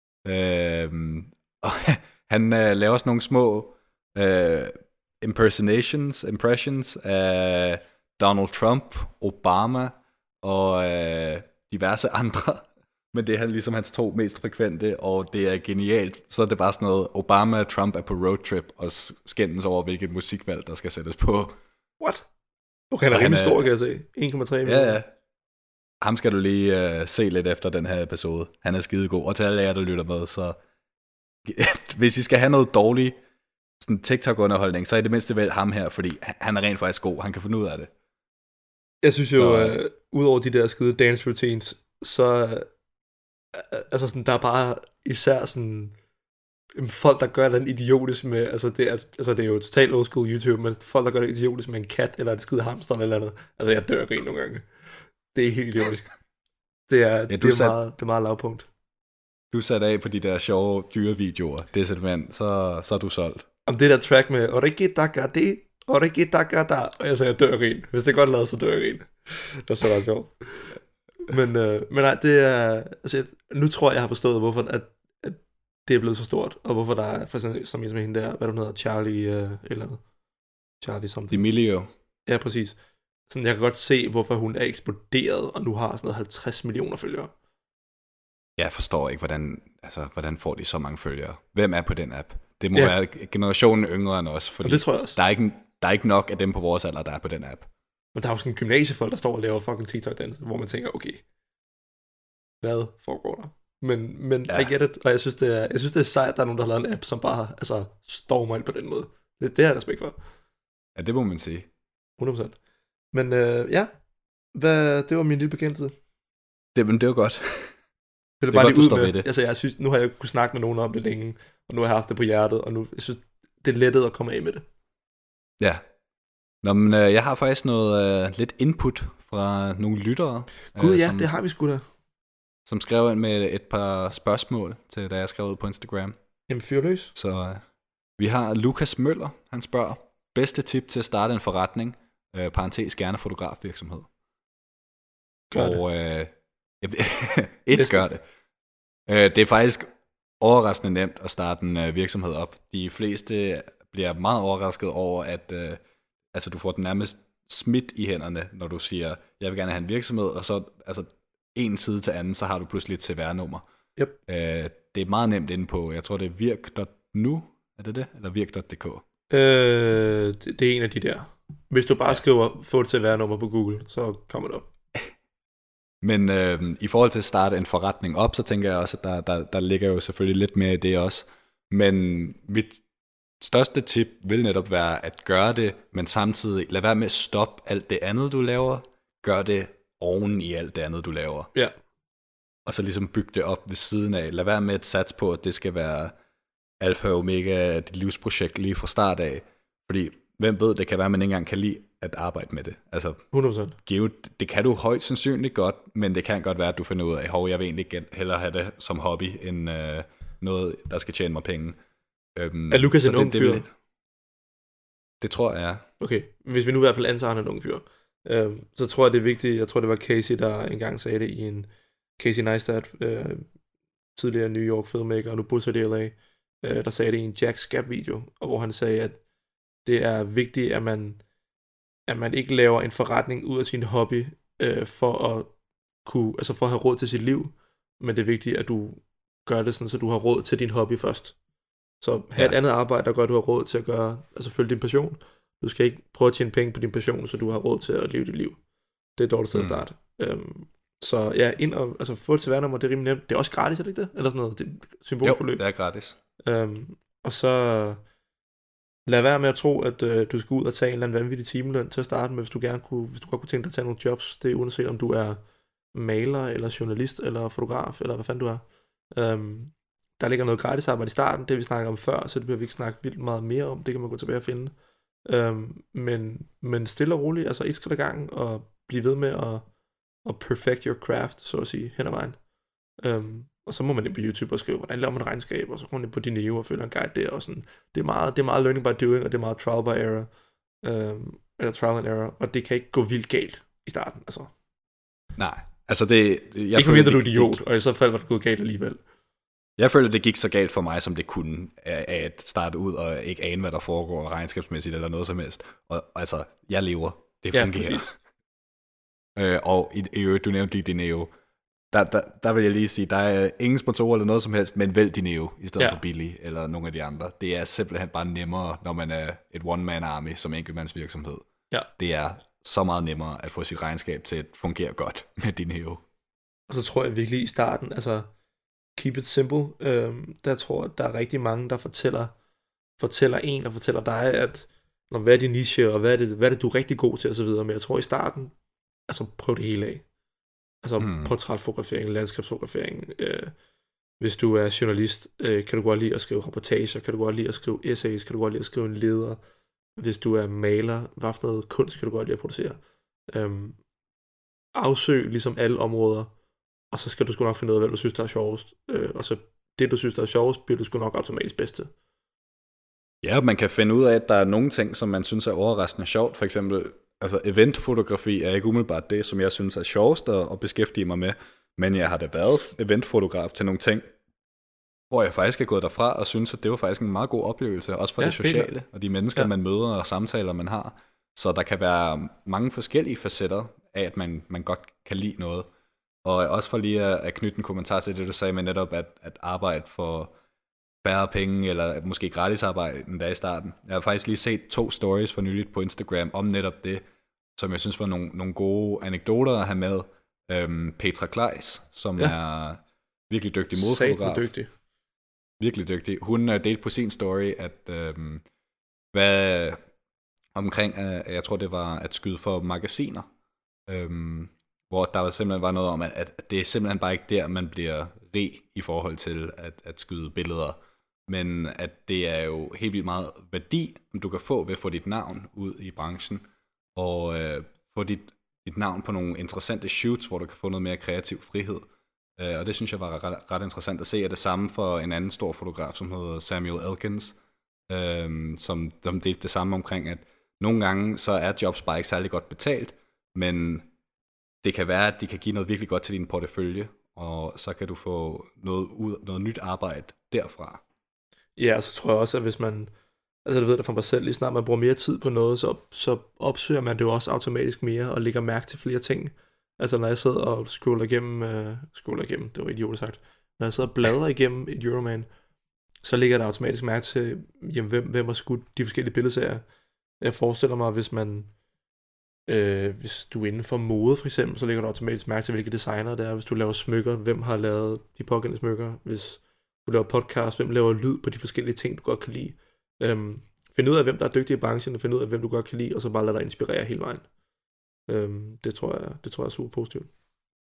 Øh, og han øh, laver sådan nogle små øh, impersonations, impressions af Donald Trump, Obama og øh, diverse andre. Men det er han ligesom hans to mest frekvente, og det er genialt. Så er det bare sådan noget, Obama og Trump er på roadtrip og skændes over, hvilket musikvalg, der skal sættes på. What? Okay, han er rimelig stor, kan jeg se. en komma tre millioner. Ja, ja. Ham skal du lige uh, se lidt efter den her episode. Han er skidegod. Og til alle jer, der lytter med, så hvis I skal have noget dårligt sådan TikTok-underholdning, så er det mindste vel ham her, fordi han er rent faktisk god. Han kan finde ud af det. Jeg synes jo, så, uh, udover de der skide dance routines, så uh, altså sådan, der er bare især sådan folk, der gør den idiotisk med, altså det, er, altså det er jo totalt old school YouTube, men folk, der gør det idiotisk med en kat, eller et skide hamster, eller andet. Altså jeg dør grin nogle gange. Det er helt idiotisk. Det er, ja, det er, sat, meget, det er meget lavpunkt. Du satte af på de der sjove dyrevideoer. Det er simpelthen, så, så er du solgt. Om det der track med Origitagade, Origitagada, og jeg sagde, jeg dør grin. Hvis det er godt lavet, så dør jeg grin. Det var så ret sjovt. Men, øh, men nej, det er, altså, nu tror jeg, jeg har forstået, hvorfor at, at det er blevet så stort, og hvorfor der er, for eksempel, som en som hende der, hvad du hedder, Charlie, øh, eller andet. Charlie something. D'Amelio. Ja, præcis. Sådan, jeg kan godt se, hvorfor hun er eksploderet, og nu har sådan noget halvtreds millioner følgere. Jeg forstår ikke, hvordan, altså, hvordan får de så mange følgere? Hvem er på den app? Det må ja. være generationen yngre end os, fordi det tror jeg også. Der, er ikke, der er ikke nok af dem på vores alder, der er på den app. Men der er jo sådan en gymnasiefolk, der står og laver fucking TikTok-danser, hvor man tænker, okay, hvad foregår der? Men, men ja. I get it, og jeg synes, det er, jeg synes, det er sejt, at der er nogen, der har lavet en app, som bare altså, stormer ind på den måde. Det, det har jeg respekt for. Ja, det må man sige. hundrede procent. Men øh, ja, hvad, det var min lille bekendthed. Det, men det var godt. Det er, det er bare godt, du står ved det. Altså, jeg synes, nu har jeg kunnet snakke med nogen om det længe, og nu har jeg haft det på hjertet, og nu jeg synes det er lettet at komme af med det. Ja. Nå, men øh, jeg har faktisk noget øh, lidt input fra nogle lyttere. Gud, øh, ja, som, det har vi sgu da. Som skrev ind med et par spørgsmål til, da jeg skrev ud på Instagram. Jamen, fyr løs. Så øh, vi har Lukas Møller, han spørger, bedste tip til at starte en forretning, øh, parentes gerne fotografvirksomhed. Gør og, det. Øh, et gør det. Øh, det er faktisk overraskende nemt at starte en øh, virksomhed op. De fleste bliver meget overrasket over, at øh, altså, du får den nærmest smidt i hænderne, når du siger, jeg vil gerne have en virksomhed, og så altså, en side til anden, så har du pludselig et C V R-nummer. Yep. Øh, det er meget nemt inde på, jeg tror det er virk punktum nu, er det det? Eller virk punktum d k? Øh, det, det er en af de der. Hvis du bare skriver, få et C V R-nummer på Google, så kommer det op. Men øh, i forhold til at starte en forretning op, så tænker jeg også, at der, der, der ligger jo selvfølgelig lidt mere i det også. Men mit største tip vil netop være at gøre det, men samtidig lad være med at stoppe alt det andet, du laver. Gør det oven i alt det andet, du laver. Ja. Og så ligesom bygge det op ved siden af. Lad være med at satse på, at det skal være alfa og omega af dit livsprojekt lige fra start af. Fordi, hvem ved, det kan være, at man ikke engang kan lide at arbejde med det. Altså, hundrede procent. Give, det kan du højst sandsynligt godt, men det kan godt være, at du finder ud af, hov, jeg vil egentlig hellere have det som hobby, end øh, noget, der skal tjene mig penge. Øhm, er Lukas en det, ung det, fyr? Det, det tror jeg, ja. Okay, hvis vi nu i hvert fald antager, han er en ung fyr, øhm, så tror jeg, det er vigtigt. Jeg tror, det var Casey, der engang sagde det i en Casey Neistat, øh, tidligere New York filmmaker, og nu bosat i L A, øh, der sagde det i en Jack Scap-video, og hvor han sagde, at det er vigtigt, at man, at man ikke laver en forretning ud af sin hobby, øh, for at kunne, altså for at have råd til sit liv, men det er vigtigt, at du gør det sådan, så du har råd til din hobby først. Så have ja. et andet arbejde, der gør, at du har råd til at gøre, altså følge din passion. Du skal ikke prøve at tjene penge på din passion, så du har råd til at leve dit liv. Det er et dårligt sted mm. at starte. Um, så ja, ind og altså, få et C V R-nummer, det er rimelig nemt. Det er også gratis, er det ikke det? Eller sådan noget, det er symbolforløb. Jo, det er gratis. Um, og så lad være med at tro, at uh, du skal ud og tage en eller anden vanvittig timeløn til at starte med, hvis du gerne kunne, hvis du godt kunne tænke dig at tage nogle jobs. Det er uanset om du er maler, eller journalist, eller fotograf, eller hvad fanden du er. Um, Der ligger noget gratis arbejde i starten, det vi snakker om før, så det bliver vi ikke snakke vildt meget mere om, det kan man gå tilbage og finde. Um, men, men stille og roligt, altså et skridt ad gangen, og blive ved med at, at perfect your craft, så at sige, hen ad vejen. Um, og så må man ind på YouTube og skrive, hvordan laver man regnskab, og så går man ind på Dineo og følger en guide der, og sådan. Det er meget, det er meget learning by doing, og det er meget trial by error, um, eller trial and error, og det kan ikke gå vildt galt i starten, altså. Nej, altså det... Jeg ikke mindre du er idiot, og i så fald var det gået galt alligevel. Jeg føler, det gik så galt for mig, som det kunne, af at starte ud og ikke ane, hvad der foregår regnskabsmæssigt eller noget som helst. Og altså, jeg lever. Det fungerer. Ja, øh, og i, i øvrigt, du nævnte lige Dineo. Der, der, der vil jeg lige sige, der er ingen sponsorer eller noget som helst, men vælg Dineo i stedet ja. for Billy eller nogle af de andre. Det er simpelthen bare nemmere, når man er et one-man-army som enkeltmandsvirksomhed. Ja. Det er så meget nemmere at få sit regnskab til at fungere godt med Dineo. Og så tror jeg virkelig i starten, altså keep it simple. Øhm, der tror jeg, der er rigtig mange, der fortæller, fortæller en, der fortæller dig, at når, hvad er din niche, og hvad er, det, hvad er det, du er rigtig god til, og så videre. Men jeg tror i starten, altså prøv det hele af. Altså mm. portrætfotografering, landskabsfotografering. Øh, hvis du er journalist, øh, kan du godt lide at skrive reportager, kan du godt lide at skrive essays, kan du godt lide at skrive en leder. Hvis du er maler, hvad for noget kunst kan du godt lide at producere. Øhm, afsøg ligesom alle områder, og så skal du sgu nok finde ud af, hvad du synes, der er sjovest. Øh, og så det, du synes, der er sjovest, bliver du sgu nok automatisk bedste. Ja, man kan finde ud af, at der er nogle ting, som man synes er overraskende sjovt. For eksempel, altså eventfotografi er ikke umiddelbart det, som jeg synes er sjovest at, at beskæftige mig med. Men jeg har da været eventfotograf til nogle ting, hvor jeg faktisk er gået derfra og synes, at det var faktisk en meget god oplevelse. Også for ja, det sociale helt. Og de mennesker, ja. man møder og samtaler, man har. Så der kan være mange forskellige facetter af, at man, man godt kan lide noget. Og også for lige at, at knytte en kommentar til det, du sagde med netop, at, at arbejde for færre penge, eller at måske gratis arbejde den dag i starten. Jeg har faktisk lige set to stories for nyligt på Instagram om netop det, som jeg synes var nogle, nogle gode anekdoter at have med. Øhm, Petra Kleis, som ja. er virkelig dygtig modfotograf. Dygtig. Virkelig dygtig. Hun uh, delte på sin story, at øhm, hvad omkring, uh, jeg tror det var at skyde for magasiner, øhm, hvor der var simpelthen var noget om, at, at det er simpelthen bare ikke der, man bliver rig i forhold til at, at skyde billeder, men at det er jo helt vildt meget værdi, du kan få ved at få dit navn ud i branchen, og øh, få dit, dit navn på nogle interessante shoots, hvor du kan få noget mere kreativ frihed. Øh, og det synes jeg var ret, ret interessant at se, at det samme for en anden stor fotograf, som hedder Samuel Elkins, øh, som, som delte det samme omkring, at nogle gange så er jobs bare ikke særlig godt betalt, men det kan være, at de kan give noget virkelig godt til din portefølje, og så kan du få noget, ud, noget nyt arbejde derfra. Ja, og så tror jeg også, at hvis man, altså det ved jeg for mig selv, lige snart man bruger mere tid på noget, så, så opsøger man det jo også automatisk mere, og lægger mærke til flere ting. Altså når jeg sidder og scroller igennem, uh, scroller igennem, det var idiotisk sagt, når jeg sidder og bladrer igennem et Euroman, så lægger jeg automatisk mærke til, jamen, hvem, hvem har skudt de forskellige billedserier. Jeg forestiller mig, hvis man Øh, hvis du er inden for mode for eksempel, så lægger du automatisk mærke til, hvilke designer det er. Hvis du laver smykker, hvem har lavet de pågældende smykker. Hvis du laver podcast, hvem laver lyd på de forskellige ting, du godt kan lide. Øhm, find ud af, hvem der er dygtig i branchen, og find ud af, hvem du godt kan lide, og så bare lade dig inspirere hele vejen. Øhm, det, tror jeg, det tror jeg er super positivt.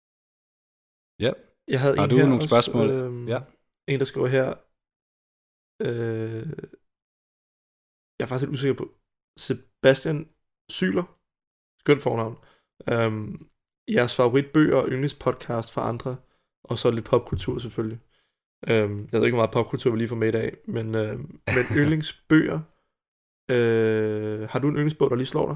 Ja. Jeg havde har en du her nogle også, spørgsmål? Øhm, ja. En, der skriver her, Øh, jeg er faktisk lidt usikker på. Sebastian Syler. Skønt fornavn. Um, jeres favoritbøger og yndlingspodcast for andre. Og så lidt popkultur selvfølgelig. Um, jeg ved ikke, hvor meget popkultur vi lige får med i dag. Men, uh, men yndlingsbøger. Uh, har du en yndlingsbog, der lige slår dig?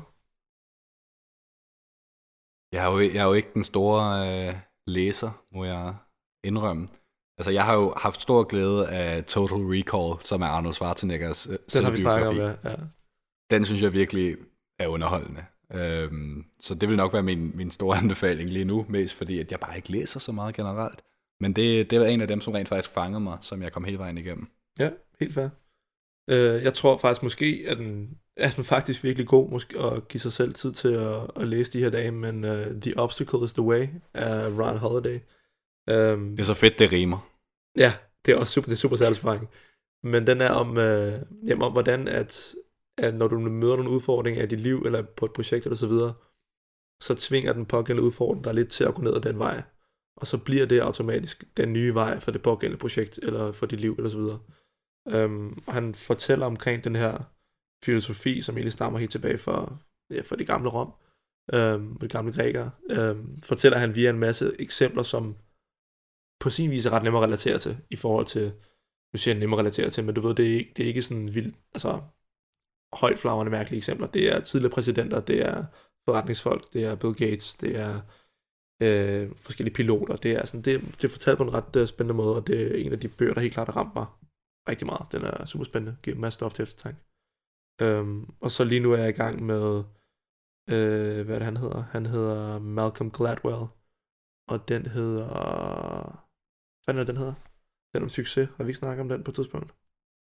Jeg er jo, jeg er jo ikke den store øh, læser, må jeg indrømme. Altså, jeg har jo haft stor glæde af Total Recall, som er Arnold Schwarzeneggers øh, Den har vi snakket om, ja. ja. Den synes jeg virkelig er underholdende. Øhm, så det vil nok være min, min store anbefaling lige nu, mest fordi, at jeg bare ikke læser så meget generelt. Men det, det var en af dem, som rent faktisk fangede mig, som jeg kom hele vejen igennem. Ja, helt fair. Uh, jeg tror faktisk måske, at den, er den faktisk virkelig god måske, at give sig selv tid til at, at læse de her dage, men uh, The Obstacle is the Way af Ryan Holiday. Um, det er så fedt, det rimer. Ja, det er også super, det er super satisfying. Men den er om, uh, jamen, om hvordan, at, at når du møder nogle udfordringer i dit liv, eller på et projekt eller så videre, så tvinger den pågældende udfordring dig lidt til at gå ned ad den vej. Og så bliver det automatisk den nye vej for det pågældende projekt, eller for dit liv, eller så videre. Um, og han fortæller omkring den her filosofi, som egentlig stammer helt tilbage fra, ja, fra de gamle Rom, um, de gamle grækere. Um, fortæller han via en masse eksempler, som på sin vis er ret nemmere at relatere til, i forhold til, nu siger jeg nemmere at relatere til, men du ved, det er ikke, det er ikke sådan vildt, altså højtflagrende mærkelige eksempler. Det er tidligere præsidenter, det er forretningsfolk, det er Bill Gates, det er øh, forskellige piloter. Det er, sådan, det, det er fortalt på en ret uh, spændende måde, og det er en af de bøger, der helt klart har ramt mig rigtig meget. Den er super spændende, giver en masse stof til eftertanke. Um, og så lige nu er jeg i gang med, øh, hvad er det han hedder? Han hedder Malcolm Gladwell, og den hedder, hvad er den hedder? Den om succes. Har vi ikke snakket om den på et tidspunkt?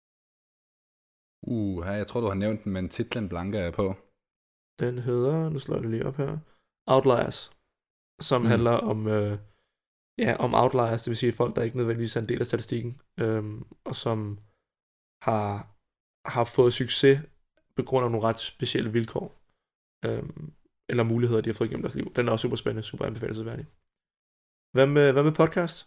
Uh, jeg tror, du har nævnt den, men titlen blanker jeg på. Den hedder, nu slår jeg det lige op her, Outliers, som mm. handler om, øh, ja, om outliers, det vil sige folk, der ikke nødvendigvis er en del af statistikken, øhm, og som har, har fået succes på grund af nogle ret specielle vilkår, øhm, eller muligheder, de har fået gennem deres liv. Den er også super spændende, super anbefalelsesværdig. Hvad med, hvad med podcast?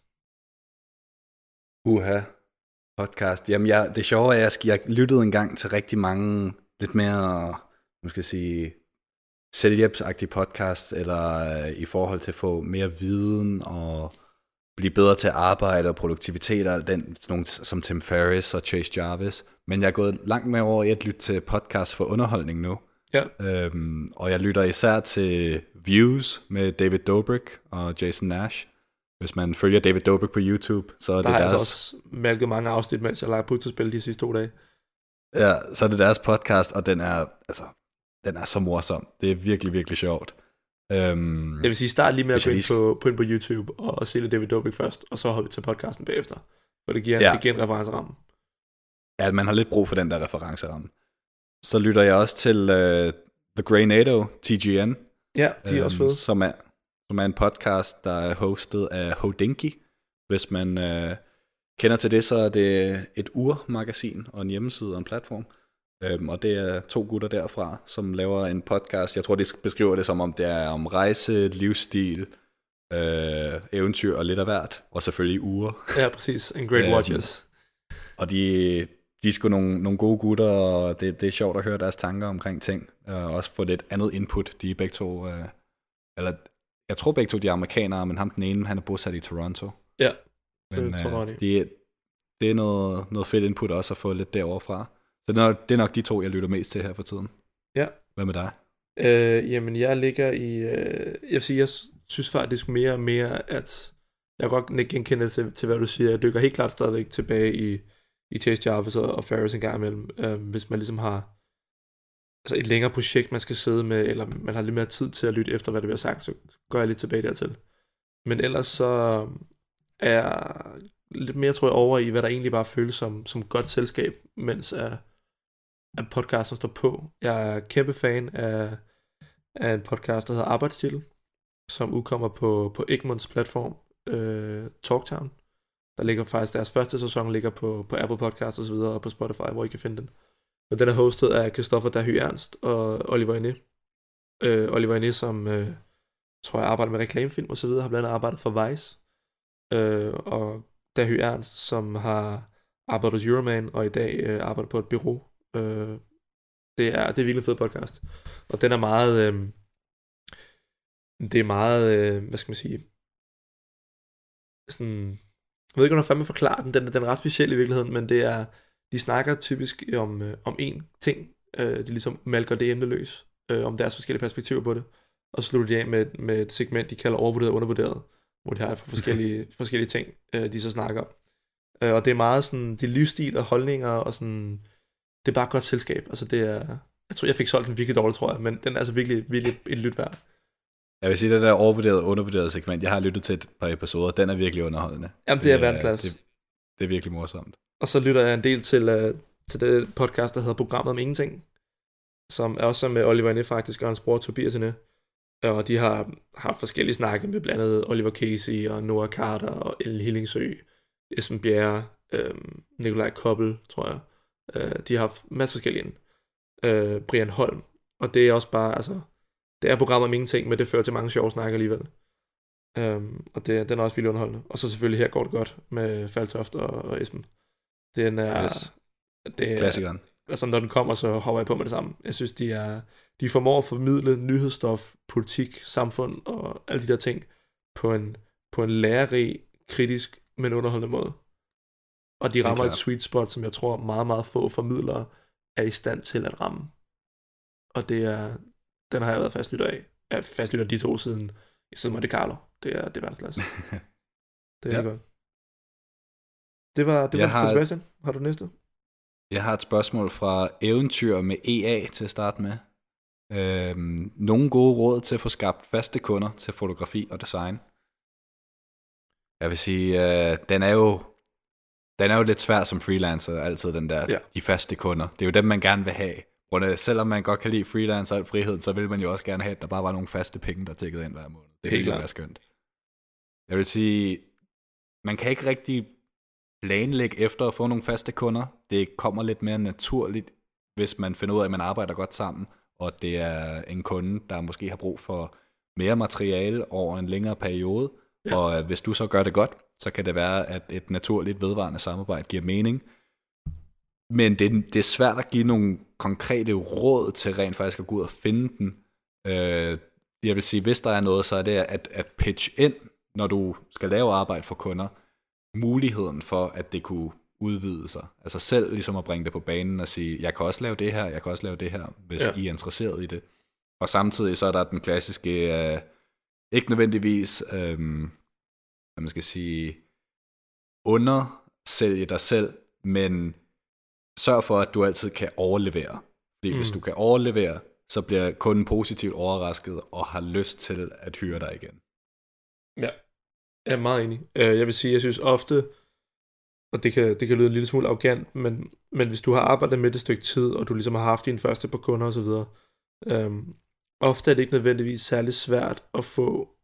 Uha, podcast. Jamen, jeg, det sjove er, at jeg, jeg lyttede engang til rigtig mange lidt mere, nu skal jeg sige, selvhjælpsagtige podcast, eller øh, i forhold til at få mere viden og blive bedre til at arbejde og produktivitet og den, nogle som Tim Ferriss og Chase Jarvis. Men jeg er gået langt mere over i at lytte til podcast for underholdning nu. Ja. Øhm, og jeg lytter især til Views med David Dobrik og Jason Nash. Hvis man følger David Dobrik på YouTube, så er der det har deres... jeg altså også mærket mange afsnit, mens jeg leger puslespil de sidste to dage. Ja, så er det deres podcast, og den er, altså, den er så morsom. Det er virkelig, virkelig sjovt. Øhm, jeg vil sige, start lige med at gå ind lige... på, på, ind på YouTube og, og se lidt David Dobrik først, og så hoppe til podcasten bagefter. For det giver, ja. det giver en referenceramme. Ja, man har lidt brug for den der referenceramme. Så lytter jeg også til uh, The Grey NATO, T G N. Ja, de er øhm, også fede. Som er, som er en podcast, der er hostet af Hodinky. Hvis man uh, kender til det, så er det et urmagasin og en hjemmeside og en platform. Um, og det er to gutter derfra, som laver en podcast. Jeg tror, de beskriver det som om, det er om rejse, livsstil, uh, eventyr og lidt af hvert. Og selvfølgelig uger. Ja, præcis. And Great um, Watches. Og de... De er sgu nogle, nogle gode gutter, og det, det er sjovt at høre deres tanker omkring ting. Og også få lidt andet input. De er begge to, øh, eller jeg tror begge to, de er amerikanere, men ham den ene, han er bosat i Toronto. Ja, men, det tror jeg øh, de, det er noget, noget fedt input også at få lidt derovre fra. Så det er, nok, det er nok de to, jeg lytter mest til her for tiden. Ja. Hvad med dig? Øh, jamen, jeg ligger i, øh, jeg vil sige, jeg synes faktisk mere og mere, at jeg kan godt genkende til, til, hvad du siger. Jeg dykker helt klart stadigvæk tilbage i i Chase Jarvis og, og Ferriss en gang imellem, øh, hvis man ligesom har altså et længere projekt, man skal sidde med, eller man har lidt mere tid til at lytte efter, hvad der bliver sagt, så går jeg lidt tilbage dertil. Men ellers så er jeg lidt mere, tror jeg, over i, hvad der egentlig bare føles som, som godt selskab, mens at, at podcasten står på. Jeg er kæmpe fan af, af en podcast, der hedder Arbejdstitel, som udkommer på, på Egmonts platform, øh, Talktown. Der ligger faktisk, deres første sæson ligger på, på Apple Podcast og så videre, og på Spotify, hvor I kan finde den. Og den er hostet af Christoffer Dahy Ernst og Oliver Ine. Øh, Oliver Ine, som øh, tror jeg arbejder med reklamefilm og så videre, har blandt andet arbejdet for Vice. Øh, og Dahy Ernst, som har arbejder hos Euroman, og i dag øh, arbejder på et bureau. Øh, det, er, det er virkelig en fed podcast. Og den er meget... Øh, det er meget... Øh, hvad skal man sige... Sådan... Jeg ved ikke, hvordan fanden forklare den. den. Den er ret speciel i virkeligheden, men det er... De snakker typisk om, øh, om én ting. Øh, de ligesom malker det emne løs. Øh, om deres forskellige perspektiver på det. Og så slutter de af med, med et segment, de kalder overvurderet og undervurderet. Hvor de har forskellige, forskellige ting, øh, de så snakker om. Øh, og det er meget sådan... De livsstil og holdninger og sådan... Det er bare et godt selskab. Altså det er... Jeg tror, jeg fik solgt den virkelig dårligt, tror jeg. Men den er altså virkelig, virkelig et lyt værd. Jeg vil sige, det der overvurderet og undervurderet segment, jeg har lyttet til et par episoder, den er virkelig underholdende. Jamen, det, det er verdensklasse. Det, det er virkelig morsomt. Og så lytter jeg en del til, uh, til det podcast, der hedder Programmet om Ingenting, som er også med Oliver Inde faktisk, og hans bror Tobias Inde. Og de har haft forskellige snakke med blandt andet Oliver Casey og Noah Carter og Ellen Hillingsø, Esben Bjerre, øh, Nikolaj Koppel, tror jeg. Uh, de har haft masser forskellige ind. Uh, Brian Holm. Og det er også bare, altså... Det er programmer om ingenting, men det fører til mange sjove snakker alligevel. Um, og det, den er også vildt underholdende. Og så selvfølgelig Her går det godt med Faltoft og, og Esben. Den er... Yes. Det er klassikeren. Altså når den kommer, så hopper jeg på med det samme. Jeg synes, de er... De formår at formidle nyhedsstof, politik, samfund og alle de der ting på en, på en lærerig, kritisk, men underholdende måde. Og de rammer et sweet spot, som jeg tror meget, meget få formidlere er i stand til at ramme. Og det er... Den har jeg været fastlytter af. Jeg er fastlytter de to siden, siden Monte Carlo. Det er, det er verdensklasse. Det er ja. godt. Det var det var har, for Sebastian. Har du næste? Jeg har et spørgsmål fra Eventyr med E A til at starte med. Øhm, nogle gode råd til at få skabt faste kunder til fotografi og design? Jeg vil sige, øh, den er jo den er jo lidt svær som freelancer, altid den der, ja. de faste kunder. Det er jo dem, man gerne vil have. Selvom man godt kan lide freelance og al frihed, så vil man jo også gerne have, at der bare var nogle faste penge, der tækkede ind hver måned. Det ville jo være skønt. Jeg vil sige, man kan ikke rigtig planlægge efter at få nogle faste kunder. Det kommer lidt mere naturligt, hvis man finder ud af, at man arbejder godt sammen, og det er en kunde, der måske har brug for mere materiale over en længere periode. Ja. Og hvis du så gør det godt, så kan det være, at et naturligt vedvarende samarbejde giver mening. Men det, det er svært at give nogle konkrete råd til rent faktisk at gå ud og finde den. Øh, jeg vil sige, hvis der er noget, så er det at, at pitch ind, når du skal lave arbejde for kunder, muligheden for, at det kunne udvide sig. Altså selv ligesom at bringe det på banen og sige, jeg kan også lave det her, jeg kan også lave det her, hvis ja. I er interesseret i det. Og samtidig så er der den klassiske, øh, ikke nødvendigvis, øh, hvad man skal sige, undersælge dig selv, men sørg for, at du altid kan overlevere. Fordi mm. hvis du kan overlevere, så bliver kunden positivt overrasket og har lyst til at hyre dig igen. Ja, jeg er meget enig. Jeg vil sige, jeg synes ofte, og det kan, det kan lyde en lille smule arrogant, men, men hvis du har arbejdet med det et stykke tid, og du ligesom har haft dine første par kunder osv., øhm, ofte er det ikke nødvendigvis særlig svært at få,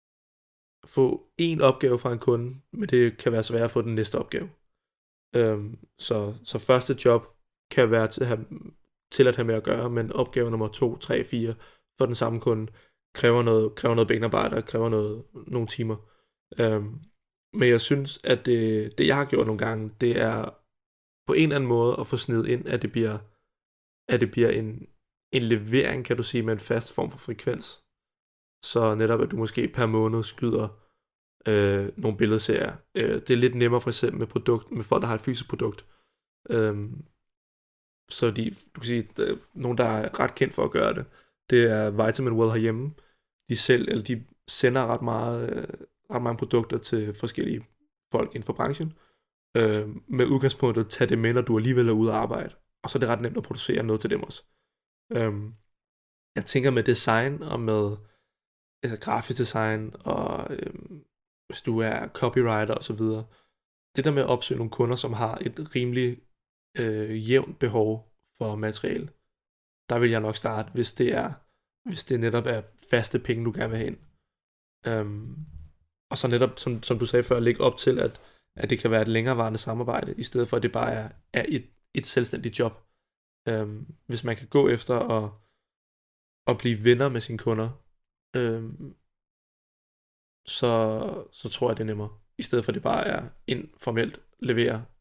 få en opgave fra en kunde, men det kan være svært at få den næste opgave. Øhm, så, så første job kan være til at, have, til at have med at gøre, men opgave nummer to, tre, fire for den samme kunde kræver noget, kræver noget benarbejde, kræver noget, nogle timer. Øhm, men jeg synes, at det, det jeg har gjort nogle gange, det er på en eller anden måde at få snedet ind, at det bliver, at det bliver en, en levering, kan du sige, med en fast form for frekvens. Så netop, at du måske per måned skyder Øh, nogle billedserier. Øh, det er lidt nemmere for eksempel med produkt, med folk, der har et fysisk produkt. Øh, så de, du kan sige, der, nogen, der er ret kendt for at gøre det, det er Vitamin Well herhjemme. De selv, eller de sender ret meget, øh, ret mange produkter til forskellige folk inden for branchen. Øh, med udgangspunktet at tage det med, når du alligevel er ude at arbejde. Og så er det ret nemt at producere noget til dem også. Øh, jeg tænker med design og med altså grafisk design og øh, hvis du er copywriter og så videre. Det der med at opsøge nogle kunder, som har et rimelig øh, jævnt behov for materiale, der vil jeg nok starte, hvis det er, hvis det netop er faste penge, du gerne vil have ind. Um, og så netop, som, som du sagde før, lægge op til, at, at det kan være et længerevarende samarbejde, i stedet for at det bare er, er et, et selvstændigt job. Um, hvis man kan gå efter at, at blive venner med sine kunder, um, så, så tror jeg, det er nemmere. I stedet for, at det bare er informelt levere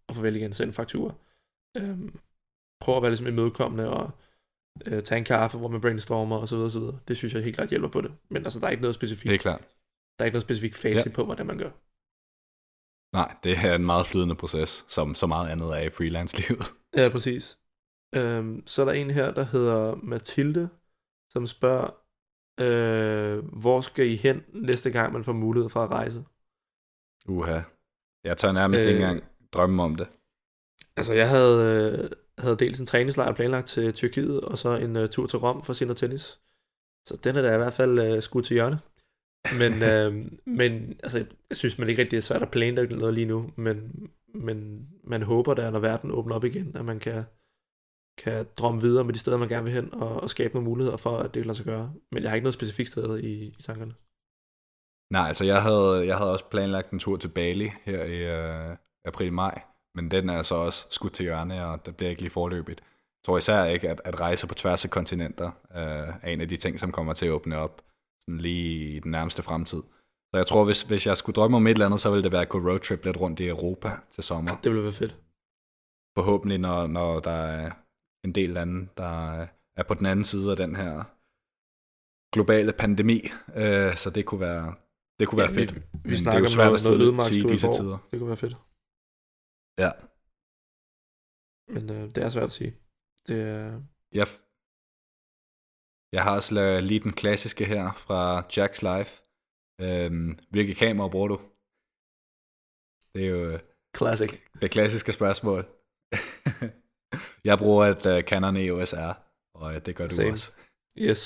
og farvel igen, send en faktura. Øhm, prøv at være ligesom imødekommende og øh, tage en kaffe, hvor man brainstormer og så videre, så videre. Det synes jeg helt klart hjælper på det. Men altså, der er ikke noget specifikt. Det er klart. Der er ikke noget specifikt facit ja. på, hvordan man gør. Nej, det er en meget flydende proces, som så meget andet er i freelance-livet. Ja, præcis. Øhm, så er der en her, der hedder Mathilde, som spørger, øh, hvor skal I hen næste gang, man får mulighed for at rejse? Uha. Jeg tør nærmest øh, ikke engang drømme om det. Altså, jeg havde, øh, havde dels en træningslejr planlagt til Tyrkiet, og så en uh, tur til Rom for at se noget tennis. Så den er da i hvert fald uh, skudt til hjørne. Men, øh, men altså, jeg synes man ikke rigtig, det er svært at planlægge noget lige nu, men, men man håber da, når verden åbner op igen, at man kan, kan drømme videre med de steder, man gerne vil hen, og, og skabe nogle muligheder for, at det kan lade sig gøre. Men jeg har ikke noget specifikt sted i, i tankerne. Nej, altså jeg havde, jeg havde også planlagt en tur til Bali her i øh, april-maj, men den er så også skudt til hjørne, og der bliver ikke lige forløbigt. Jeg tror især ikke, at, at rejse på tværs af kontinenter øh, er en af de ting, som kommer til at åbne op sådan lige i den nærmeste fremtid. Så jeg tror, hvis, hvis jeg skulle drømme om et eller andet, så ville det være at gå roadtrip lidt rundt i Europa til sommer. Ja, det ville være fedt. Forhåbentlig, når, når der er en del lande, der er på den anden side af den her globale pandemi, øh, så det kunne være, det kunne ja, være fedt. Vi, vi men snakker det er jo svært om noget, at sige i disse tider. Det kunne være fedt. Ja. Men øh, det er svært at sige. Det er... Ja. Jeg har også lige den klassiske her fra Jack's Life. Øhm, hvilke kamera bruger du? Det er jo Classic. Det klassiske spørgsmål. Jeg bruger et uh, Canon E O S R, og det gør du Same. også. Yes.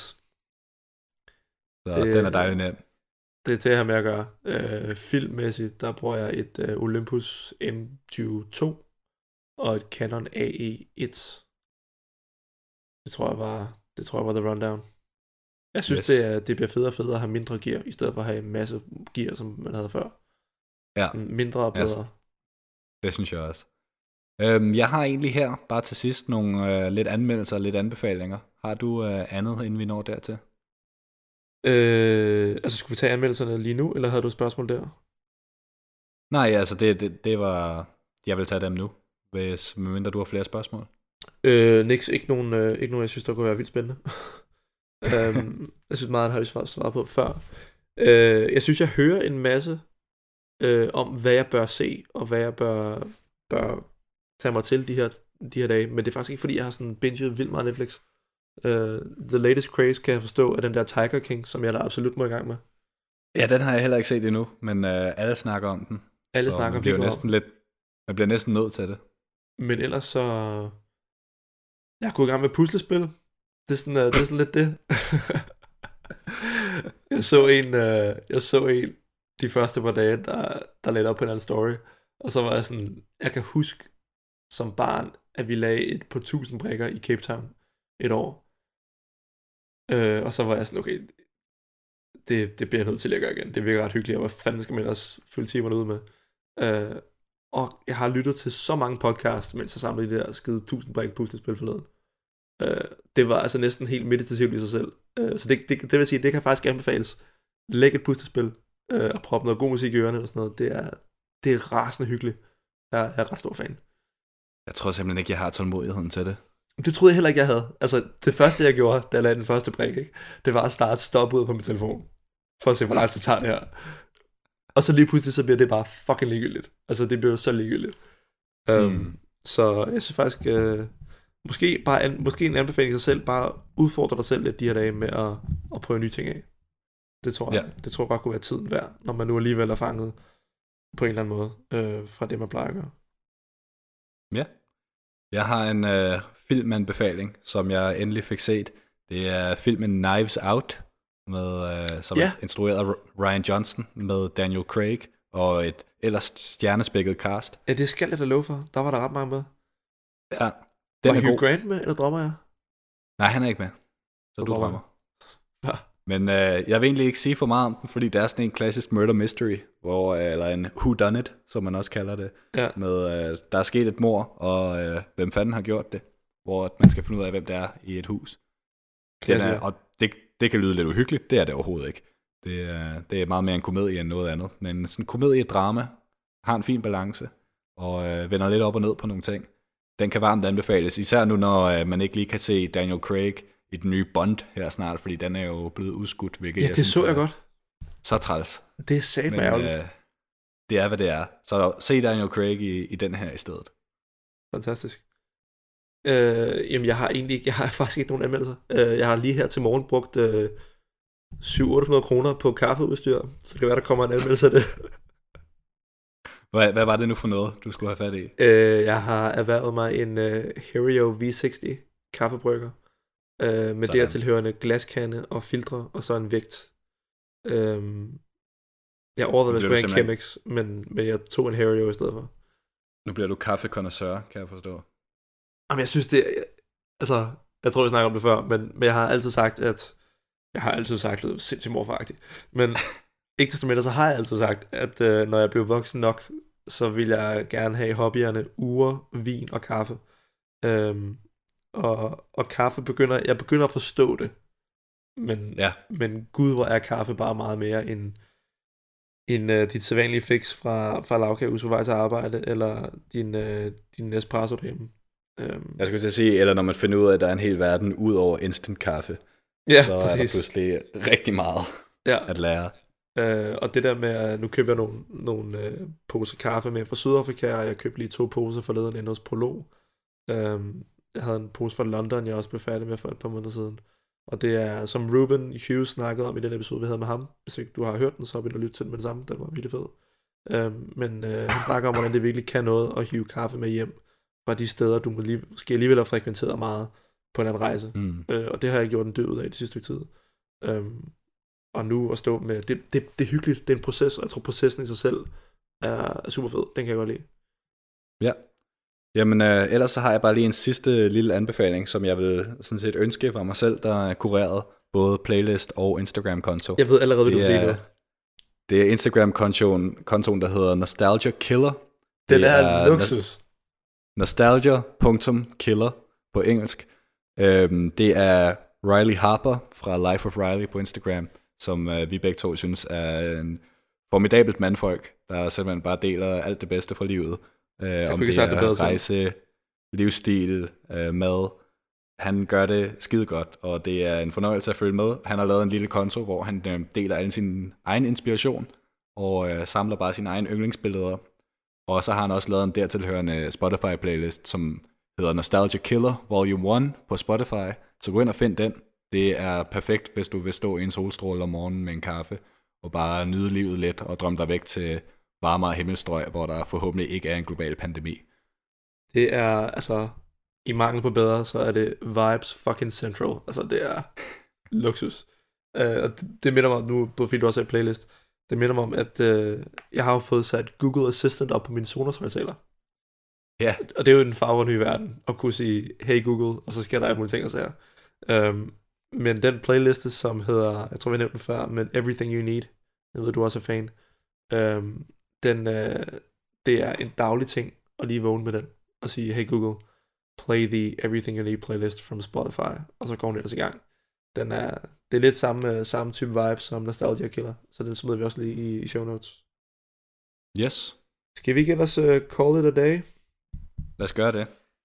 Så det, den er dejlig nem. Det er til at have med at gøre. Øh, filmmæssigt, der bruger jeg et uh, Olympus M tyve to og et Canon A E et. Det tror jeg var, det tror jeg var the rundown. Jeg synes, yes. det, er, det bliver federe og federe at have mindre gear, i stedet for at have en masse gear, som man havde før. Ja. Mindre og bedre. Yes. Det synes jeg også. Øhm, jeg har egentlig her, bare til sidst, nogle øh, lidt anmeldelser og lidt anbefalinger. Har du øh, andet, inden vi når dertil? Øh, altså, skulle vi tage anmeldelserne lige nu, eller havde du et spørgsmål der? Nej, altså, det, det, det var... Jeg vil tage dem nu, hvis medmindre du har flere spørgsmål. Øh, Nix, ikke nogen, øh, ikke nogen, jeg synes, der kunne være vildt spændende. øhm, jeg synes meget, har vi svaret, svaret på før. Øh, jeg synes, jeg hører en masse øh, om, hvad jeg bør se, og hvad jeg bør, bør tage mig til de her, de her dage. Men det er faktisk ikke, fordi jeg har sådan binget vildt meget Netflix. Uh, the latest craze, kan jeg forstå, er den der Tiger King, som jeg da absolut må i gang med. Ja, den har jeg heller ikke set endnu, men øh, alle snakker om den. Alle så snakker man bliver om næsten lidt, man bliver næsten nødt til det. Men ellers så... Jeg er gået i gang med puslespil. Det er sådan, uh, det er sådan lidt det. jeg så en, uh, jeg så en de første par dage, der, der lagde op på en anden story. Og så var jeg sådan, jeg kan huske som barn, at vi lagde et på tusind brikker i Cape Town et år. Uh, og så var jeg sådan, okay, det, det bliver jeg nødt til at gøre igen. Det virker ret hyggeligt, og hvad fanden skal man ellers fylde timerne ud med? Uh, og jeg har lyttet til så mange podcasts, mens jeg samlede de der skide tusind brik puslespil forleden. Uh, det var altså næsten helt meditativt i sig selv. Uh, så det, det, det vil sige, det kan faktisk anbefales. Læg et puslespil, uh, og prop noget god musik i ørerne og sådan noget. Det er, det er rasende hyggeligt. Jeg er, jeg er ret stor fan. Jeg tror simpelthen ikke, jeg har tålmodigheden til det. Det troede jeg heller ikke, jeg havde. Altså, det første, jeg gjorde, da jeg lagde den første brik, ikke, det var at starte stoppet på min telefon. For at se, hvor lang tid tager det her. Og så lige pludselig, så bliver det bare fucking ligegyldigt. Altså, det bliver jo så ligegyldigt. Mm. Um, så jeg synes faktisk, uh, måske, bare en, måske en anbefaling sig selv, bare udfordre dig selv lidt de her dage med at, at prøve nye ting af. Det tror jeg, ja. det tror jeg godt kunne være tiden værd, når man nu alligevel er fanget på en eller anden måde uh, fra det, man plejer at gøre. Ja. Jeg har en øh, filmanbefaling, som jeg endelig fik set. Det er filmen Knives Out, med, øh, som yeah. er instrueret af Ryan Johnson, med Daniel Craig, og et ellers stjernespækket cast. Ja, det skal jeg da love for. Der var der ret mange med. Ja, den var er Hugh god. Grant med, eller drømmer jeg? Nej, han er ikke med. Så, så du drømmer. Ja. Men øh, jeg vil egentlig ikke sige for meget om den, fordi det er sådan en klassisk murder mystery, hvor, øh, eller en whodunit, som man også kalder det. Ja. Med, øh, der er sket et mord, og øh, hvem fanden har gjort det? Hvor man skal finde ud af, hvem det er i et hus. Den er, og det, det kan lyde lidt uhyggeligt, det er det overhovedet ikke. Det er, det er meget mere en komedie end noget andet. Men sådan en komedie-drama har en fin balance, og øh, vender lidt op og ned på nogle ting. Den kan varmt anbefales, især nu, når øh, man ikke lige kan se Daniel Craig i den nye Bond her snart, fordi den er jo blevet udskudt, hvilket Ja, jeg det synes, så jeg godt. Så træls. Det er satme Men ærgerligt. øh, det er, hvad det er. Så se Daniel Craig i, i den her i stedet. Fantastisk. Øh, jamen, jeg har egentlig ikke, jeg har faktisk ikke nogen anmeldelser. Øh, jeg har lige her til morgen brugt øh, syv hundrede otte hundrede kroner på kaffeudstyr, så det kan være, der kommer en anmeldelse af det. Hvad, hvad var det nu for noget, du skulle have fat i? Øh, jeg har erhvervet mig en uh, Herio V seks nul kaffebrygger, øh, med dertilhørende glaskande og filtre, og så en vægt. Øh, jeg overvejede, at jeg skulle have en Chemex, men, men jeg tog en Herio i stedet for. Nu bliver du kaffekonnoisseur, kan jeg forstå. Jamen, jeg synes det, jeg, altså, jeg tror, vi snakker om det før, men, men jeg har altid sagt, at, jeg har altid sagt, det er sindssygt morfaragtigt, men ikke desto mindre, så har jeg altid sagt, at øh, når jeg blev voksen nok, så vil jeg gerne have hobbyerne ure, vin og kaffe. Øhm, og, og kaffe begynder, jeg begynder at forstå det, men, ja. men gud, hvor er kaffe bare meget mere end, end uh, dit sædvanlige fix fra, fra lavkagehus på vej til arbejde, eller din, uh, din espresso derhjemme. Um, jeg skulle til at sige, eller når man finder ud af, at der er en hel verden ud over instant kaffe, ja, så præcis. er der pludselig rigtig meget ja. at lære. Uh, og det der med, at nu køber jeg nogle, nogle uh, poser kaffe med fra Sydafrika, og jeg købte lige to poser forleden inde hos Prolog. Um, jeg havde en pose fra London, jeg også blev færdig med for et par måneder siden. Og det er, som Ruben Hughes snakkede om i den episode, vi havde med ham. Hvis ikke du har hørt den, så har vi da lyttet til den med det samme. Den var virkelig fed. Um, men uh, han snakker om, hvordan det virkelig kan noget at hive kaffe med hjem fra de steder, du måske alligevel har frekventeret meget på en rejse. Mm. Uh, og det har jeg gjort en død ud af det sidste stykke tid. Um, og nu at stå med, det, det, det er hyggeligt, det er en proces, og jeg tror processen i sig selv er, er super fed, den kan jeg godt lide. Ja, jamen øh, ellers så har jeg bare lige en sidste lille anbefaling, som jeg vil sådan set ønske for mig selv, der er kureret både playlist og Instagram-konto. Jeg ved allerede, hvad du vil sige nu. Det er Instagram-kontoen, kontoen, der hedder Nostalgia Killer. Den er, er luksus. Nostalgia punktum killer på engelsk. Øhm, det er Riley Harper fra Life of Riley på Instagram, som øh, vi begge to synes er en formidabelt mandfolk, der simpelthen bare deler alt det bedste fra livet. Øh, om det er det rejse, livsstil, øh, mad. Han gør det skide godt, og det er en fornøjelse at følge med. Han har lavet en lille konto, hvor han øh, deler al sin egen inspiration, og øh, samler bare sine egne yndlingsbilleder. Og så har han også lavet en dertilhørende Spotify-playlist, som hedder Nostalgia Killer Volume et på Spotify. Så gå ind og find den. Det er perfekt, hvis du vil stå i en solstråle om morgenen med en kaffe, og bare nyde livet lidt, og drømme dig væk til varmere himmelstrøg, hvor der forhåbentlig ikke er en global pandemi. Det er, altså, i mangel på bedre, så er det vibes fucking central. Altså, det er luksus. Uh, og det, det minder mig om, nu, både fordi du også har en playlist, det minder mig om, at uh, jeg har jo fået sat Google Assistant op på mine Sonos-højttaler. Ja. Yeah. Og det er jo den farverige nye verden, at kunne sige, hey Google, og så sker der alle mulige ting og sager. Um, men den playliste, som hedder, jeg tror vi nævnte den før, men Everything You Need, jeg ved du også er fan, um, den, uh, det er en daglig ting at lige vågne med den, og sige, hey Google, play the Everything You Need playlist from Spotify, og så går den ellers i gang. Den er, det er lidt samme, samme type vibe som Nostalgia Killer, så den smider vi også lige i, i show notes. Yes. Skal vi ikke ellers uh, call it a day? Lad os gøre det.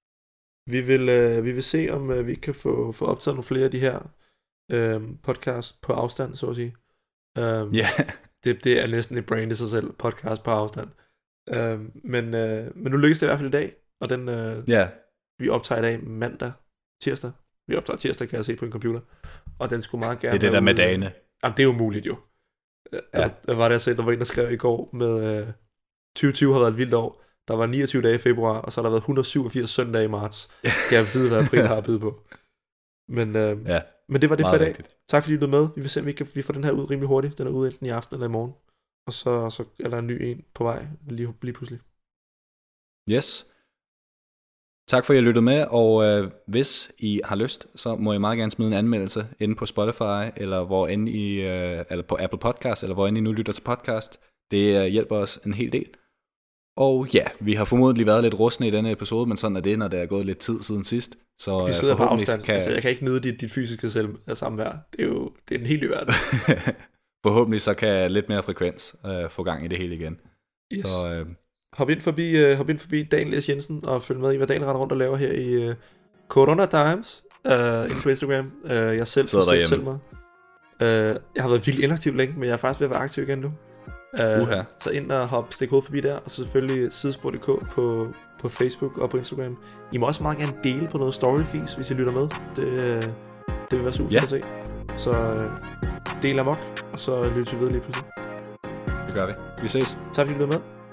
Vi vil, øh, vi vil se, om øh, vi kan få, få optaget nogle flere af de her øh, podcast på afstand, så at sige. Um, yeah. det, det er næsten et brand i sig selv, podcast på afstand. Um, men, øh, men nu lykkes det i hvert fald i dag, og den, øh, yeah. vi optager i dag mandag, tirsdag. Vi optager tirsdag, kan jeg se på en computer. Og den skulle meget gerne... Det er det der med dagene. Jamen, det er jo muligt jo. Ja. Altså, der var det, jeg sagde, der var en, der skrev i går med øh, tyve tyve har været et vildt år. Der var niogtyve dage i februar, og så har der været et hundrede og syvogfirs søndage i marts. Skal jeg vide, hvad april har at byde på. Men, øh, ja, men det var det for i dag. Rigtigt. Tak fordi du er med. Vi vil se, om vi kan vi får den her ud rimelig hurtigt. Den er ude enten i aften eller i morgen. Og så, så er der en ny en på vej lige, lige pludselig. Yes. Tak for at I lyttede med, og øh, hvis I har lyst, så må I meget gerne smide en anmeldelse inde på Spotify, eller hvor end I, øh, eller på Apple Podcast, eller hvor end I nu lytter til podcast. Det øh, hjælper os en hel del. Og ja, vi har formodentlig været lidt rustne i denne episode, men sådan er det, når der er gået lidt tid siden sidst. Så vi sidder på afstand, kan... altså jeg kan ikke nyde dit, dit fysiske selv af samvær. Det er jo det er en helt ny verden. Forhåbentlig så kan lidt mere frekvens øh, få gang i det hele igen. Yes. Så øh, hop ind forbi, uh, hop ind forbi Daniel S. Jensen og følg med i, hvad Daniel render rundt og laver her i uh, Corona Times uh, ind på Instagram. Uh, jeg selv sidder selv mig. Uh, jeg har været virkelig inaktiv længe, men jeg er faktisk ved at være aktiv igen nu. Uh, Uha. Så ind og hop stik hoved forbi der, og så selvfølgelig sidespor punktum d k på, på Facebook og på Instagram. I må også meget gerne dele på noget storyfeeds, hvis I lytter med. Det, det vil være super ja. at se. Så uh, del amok, og så lytter vi videre lige pludselig. Det gør vi. Vi ses. Tak fordi I lyttede med.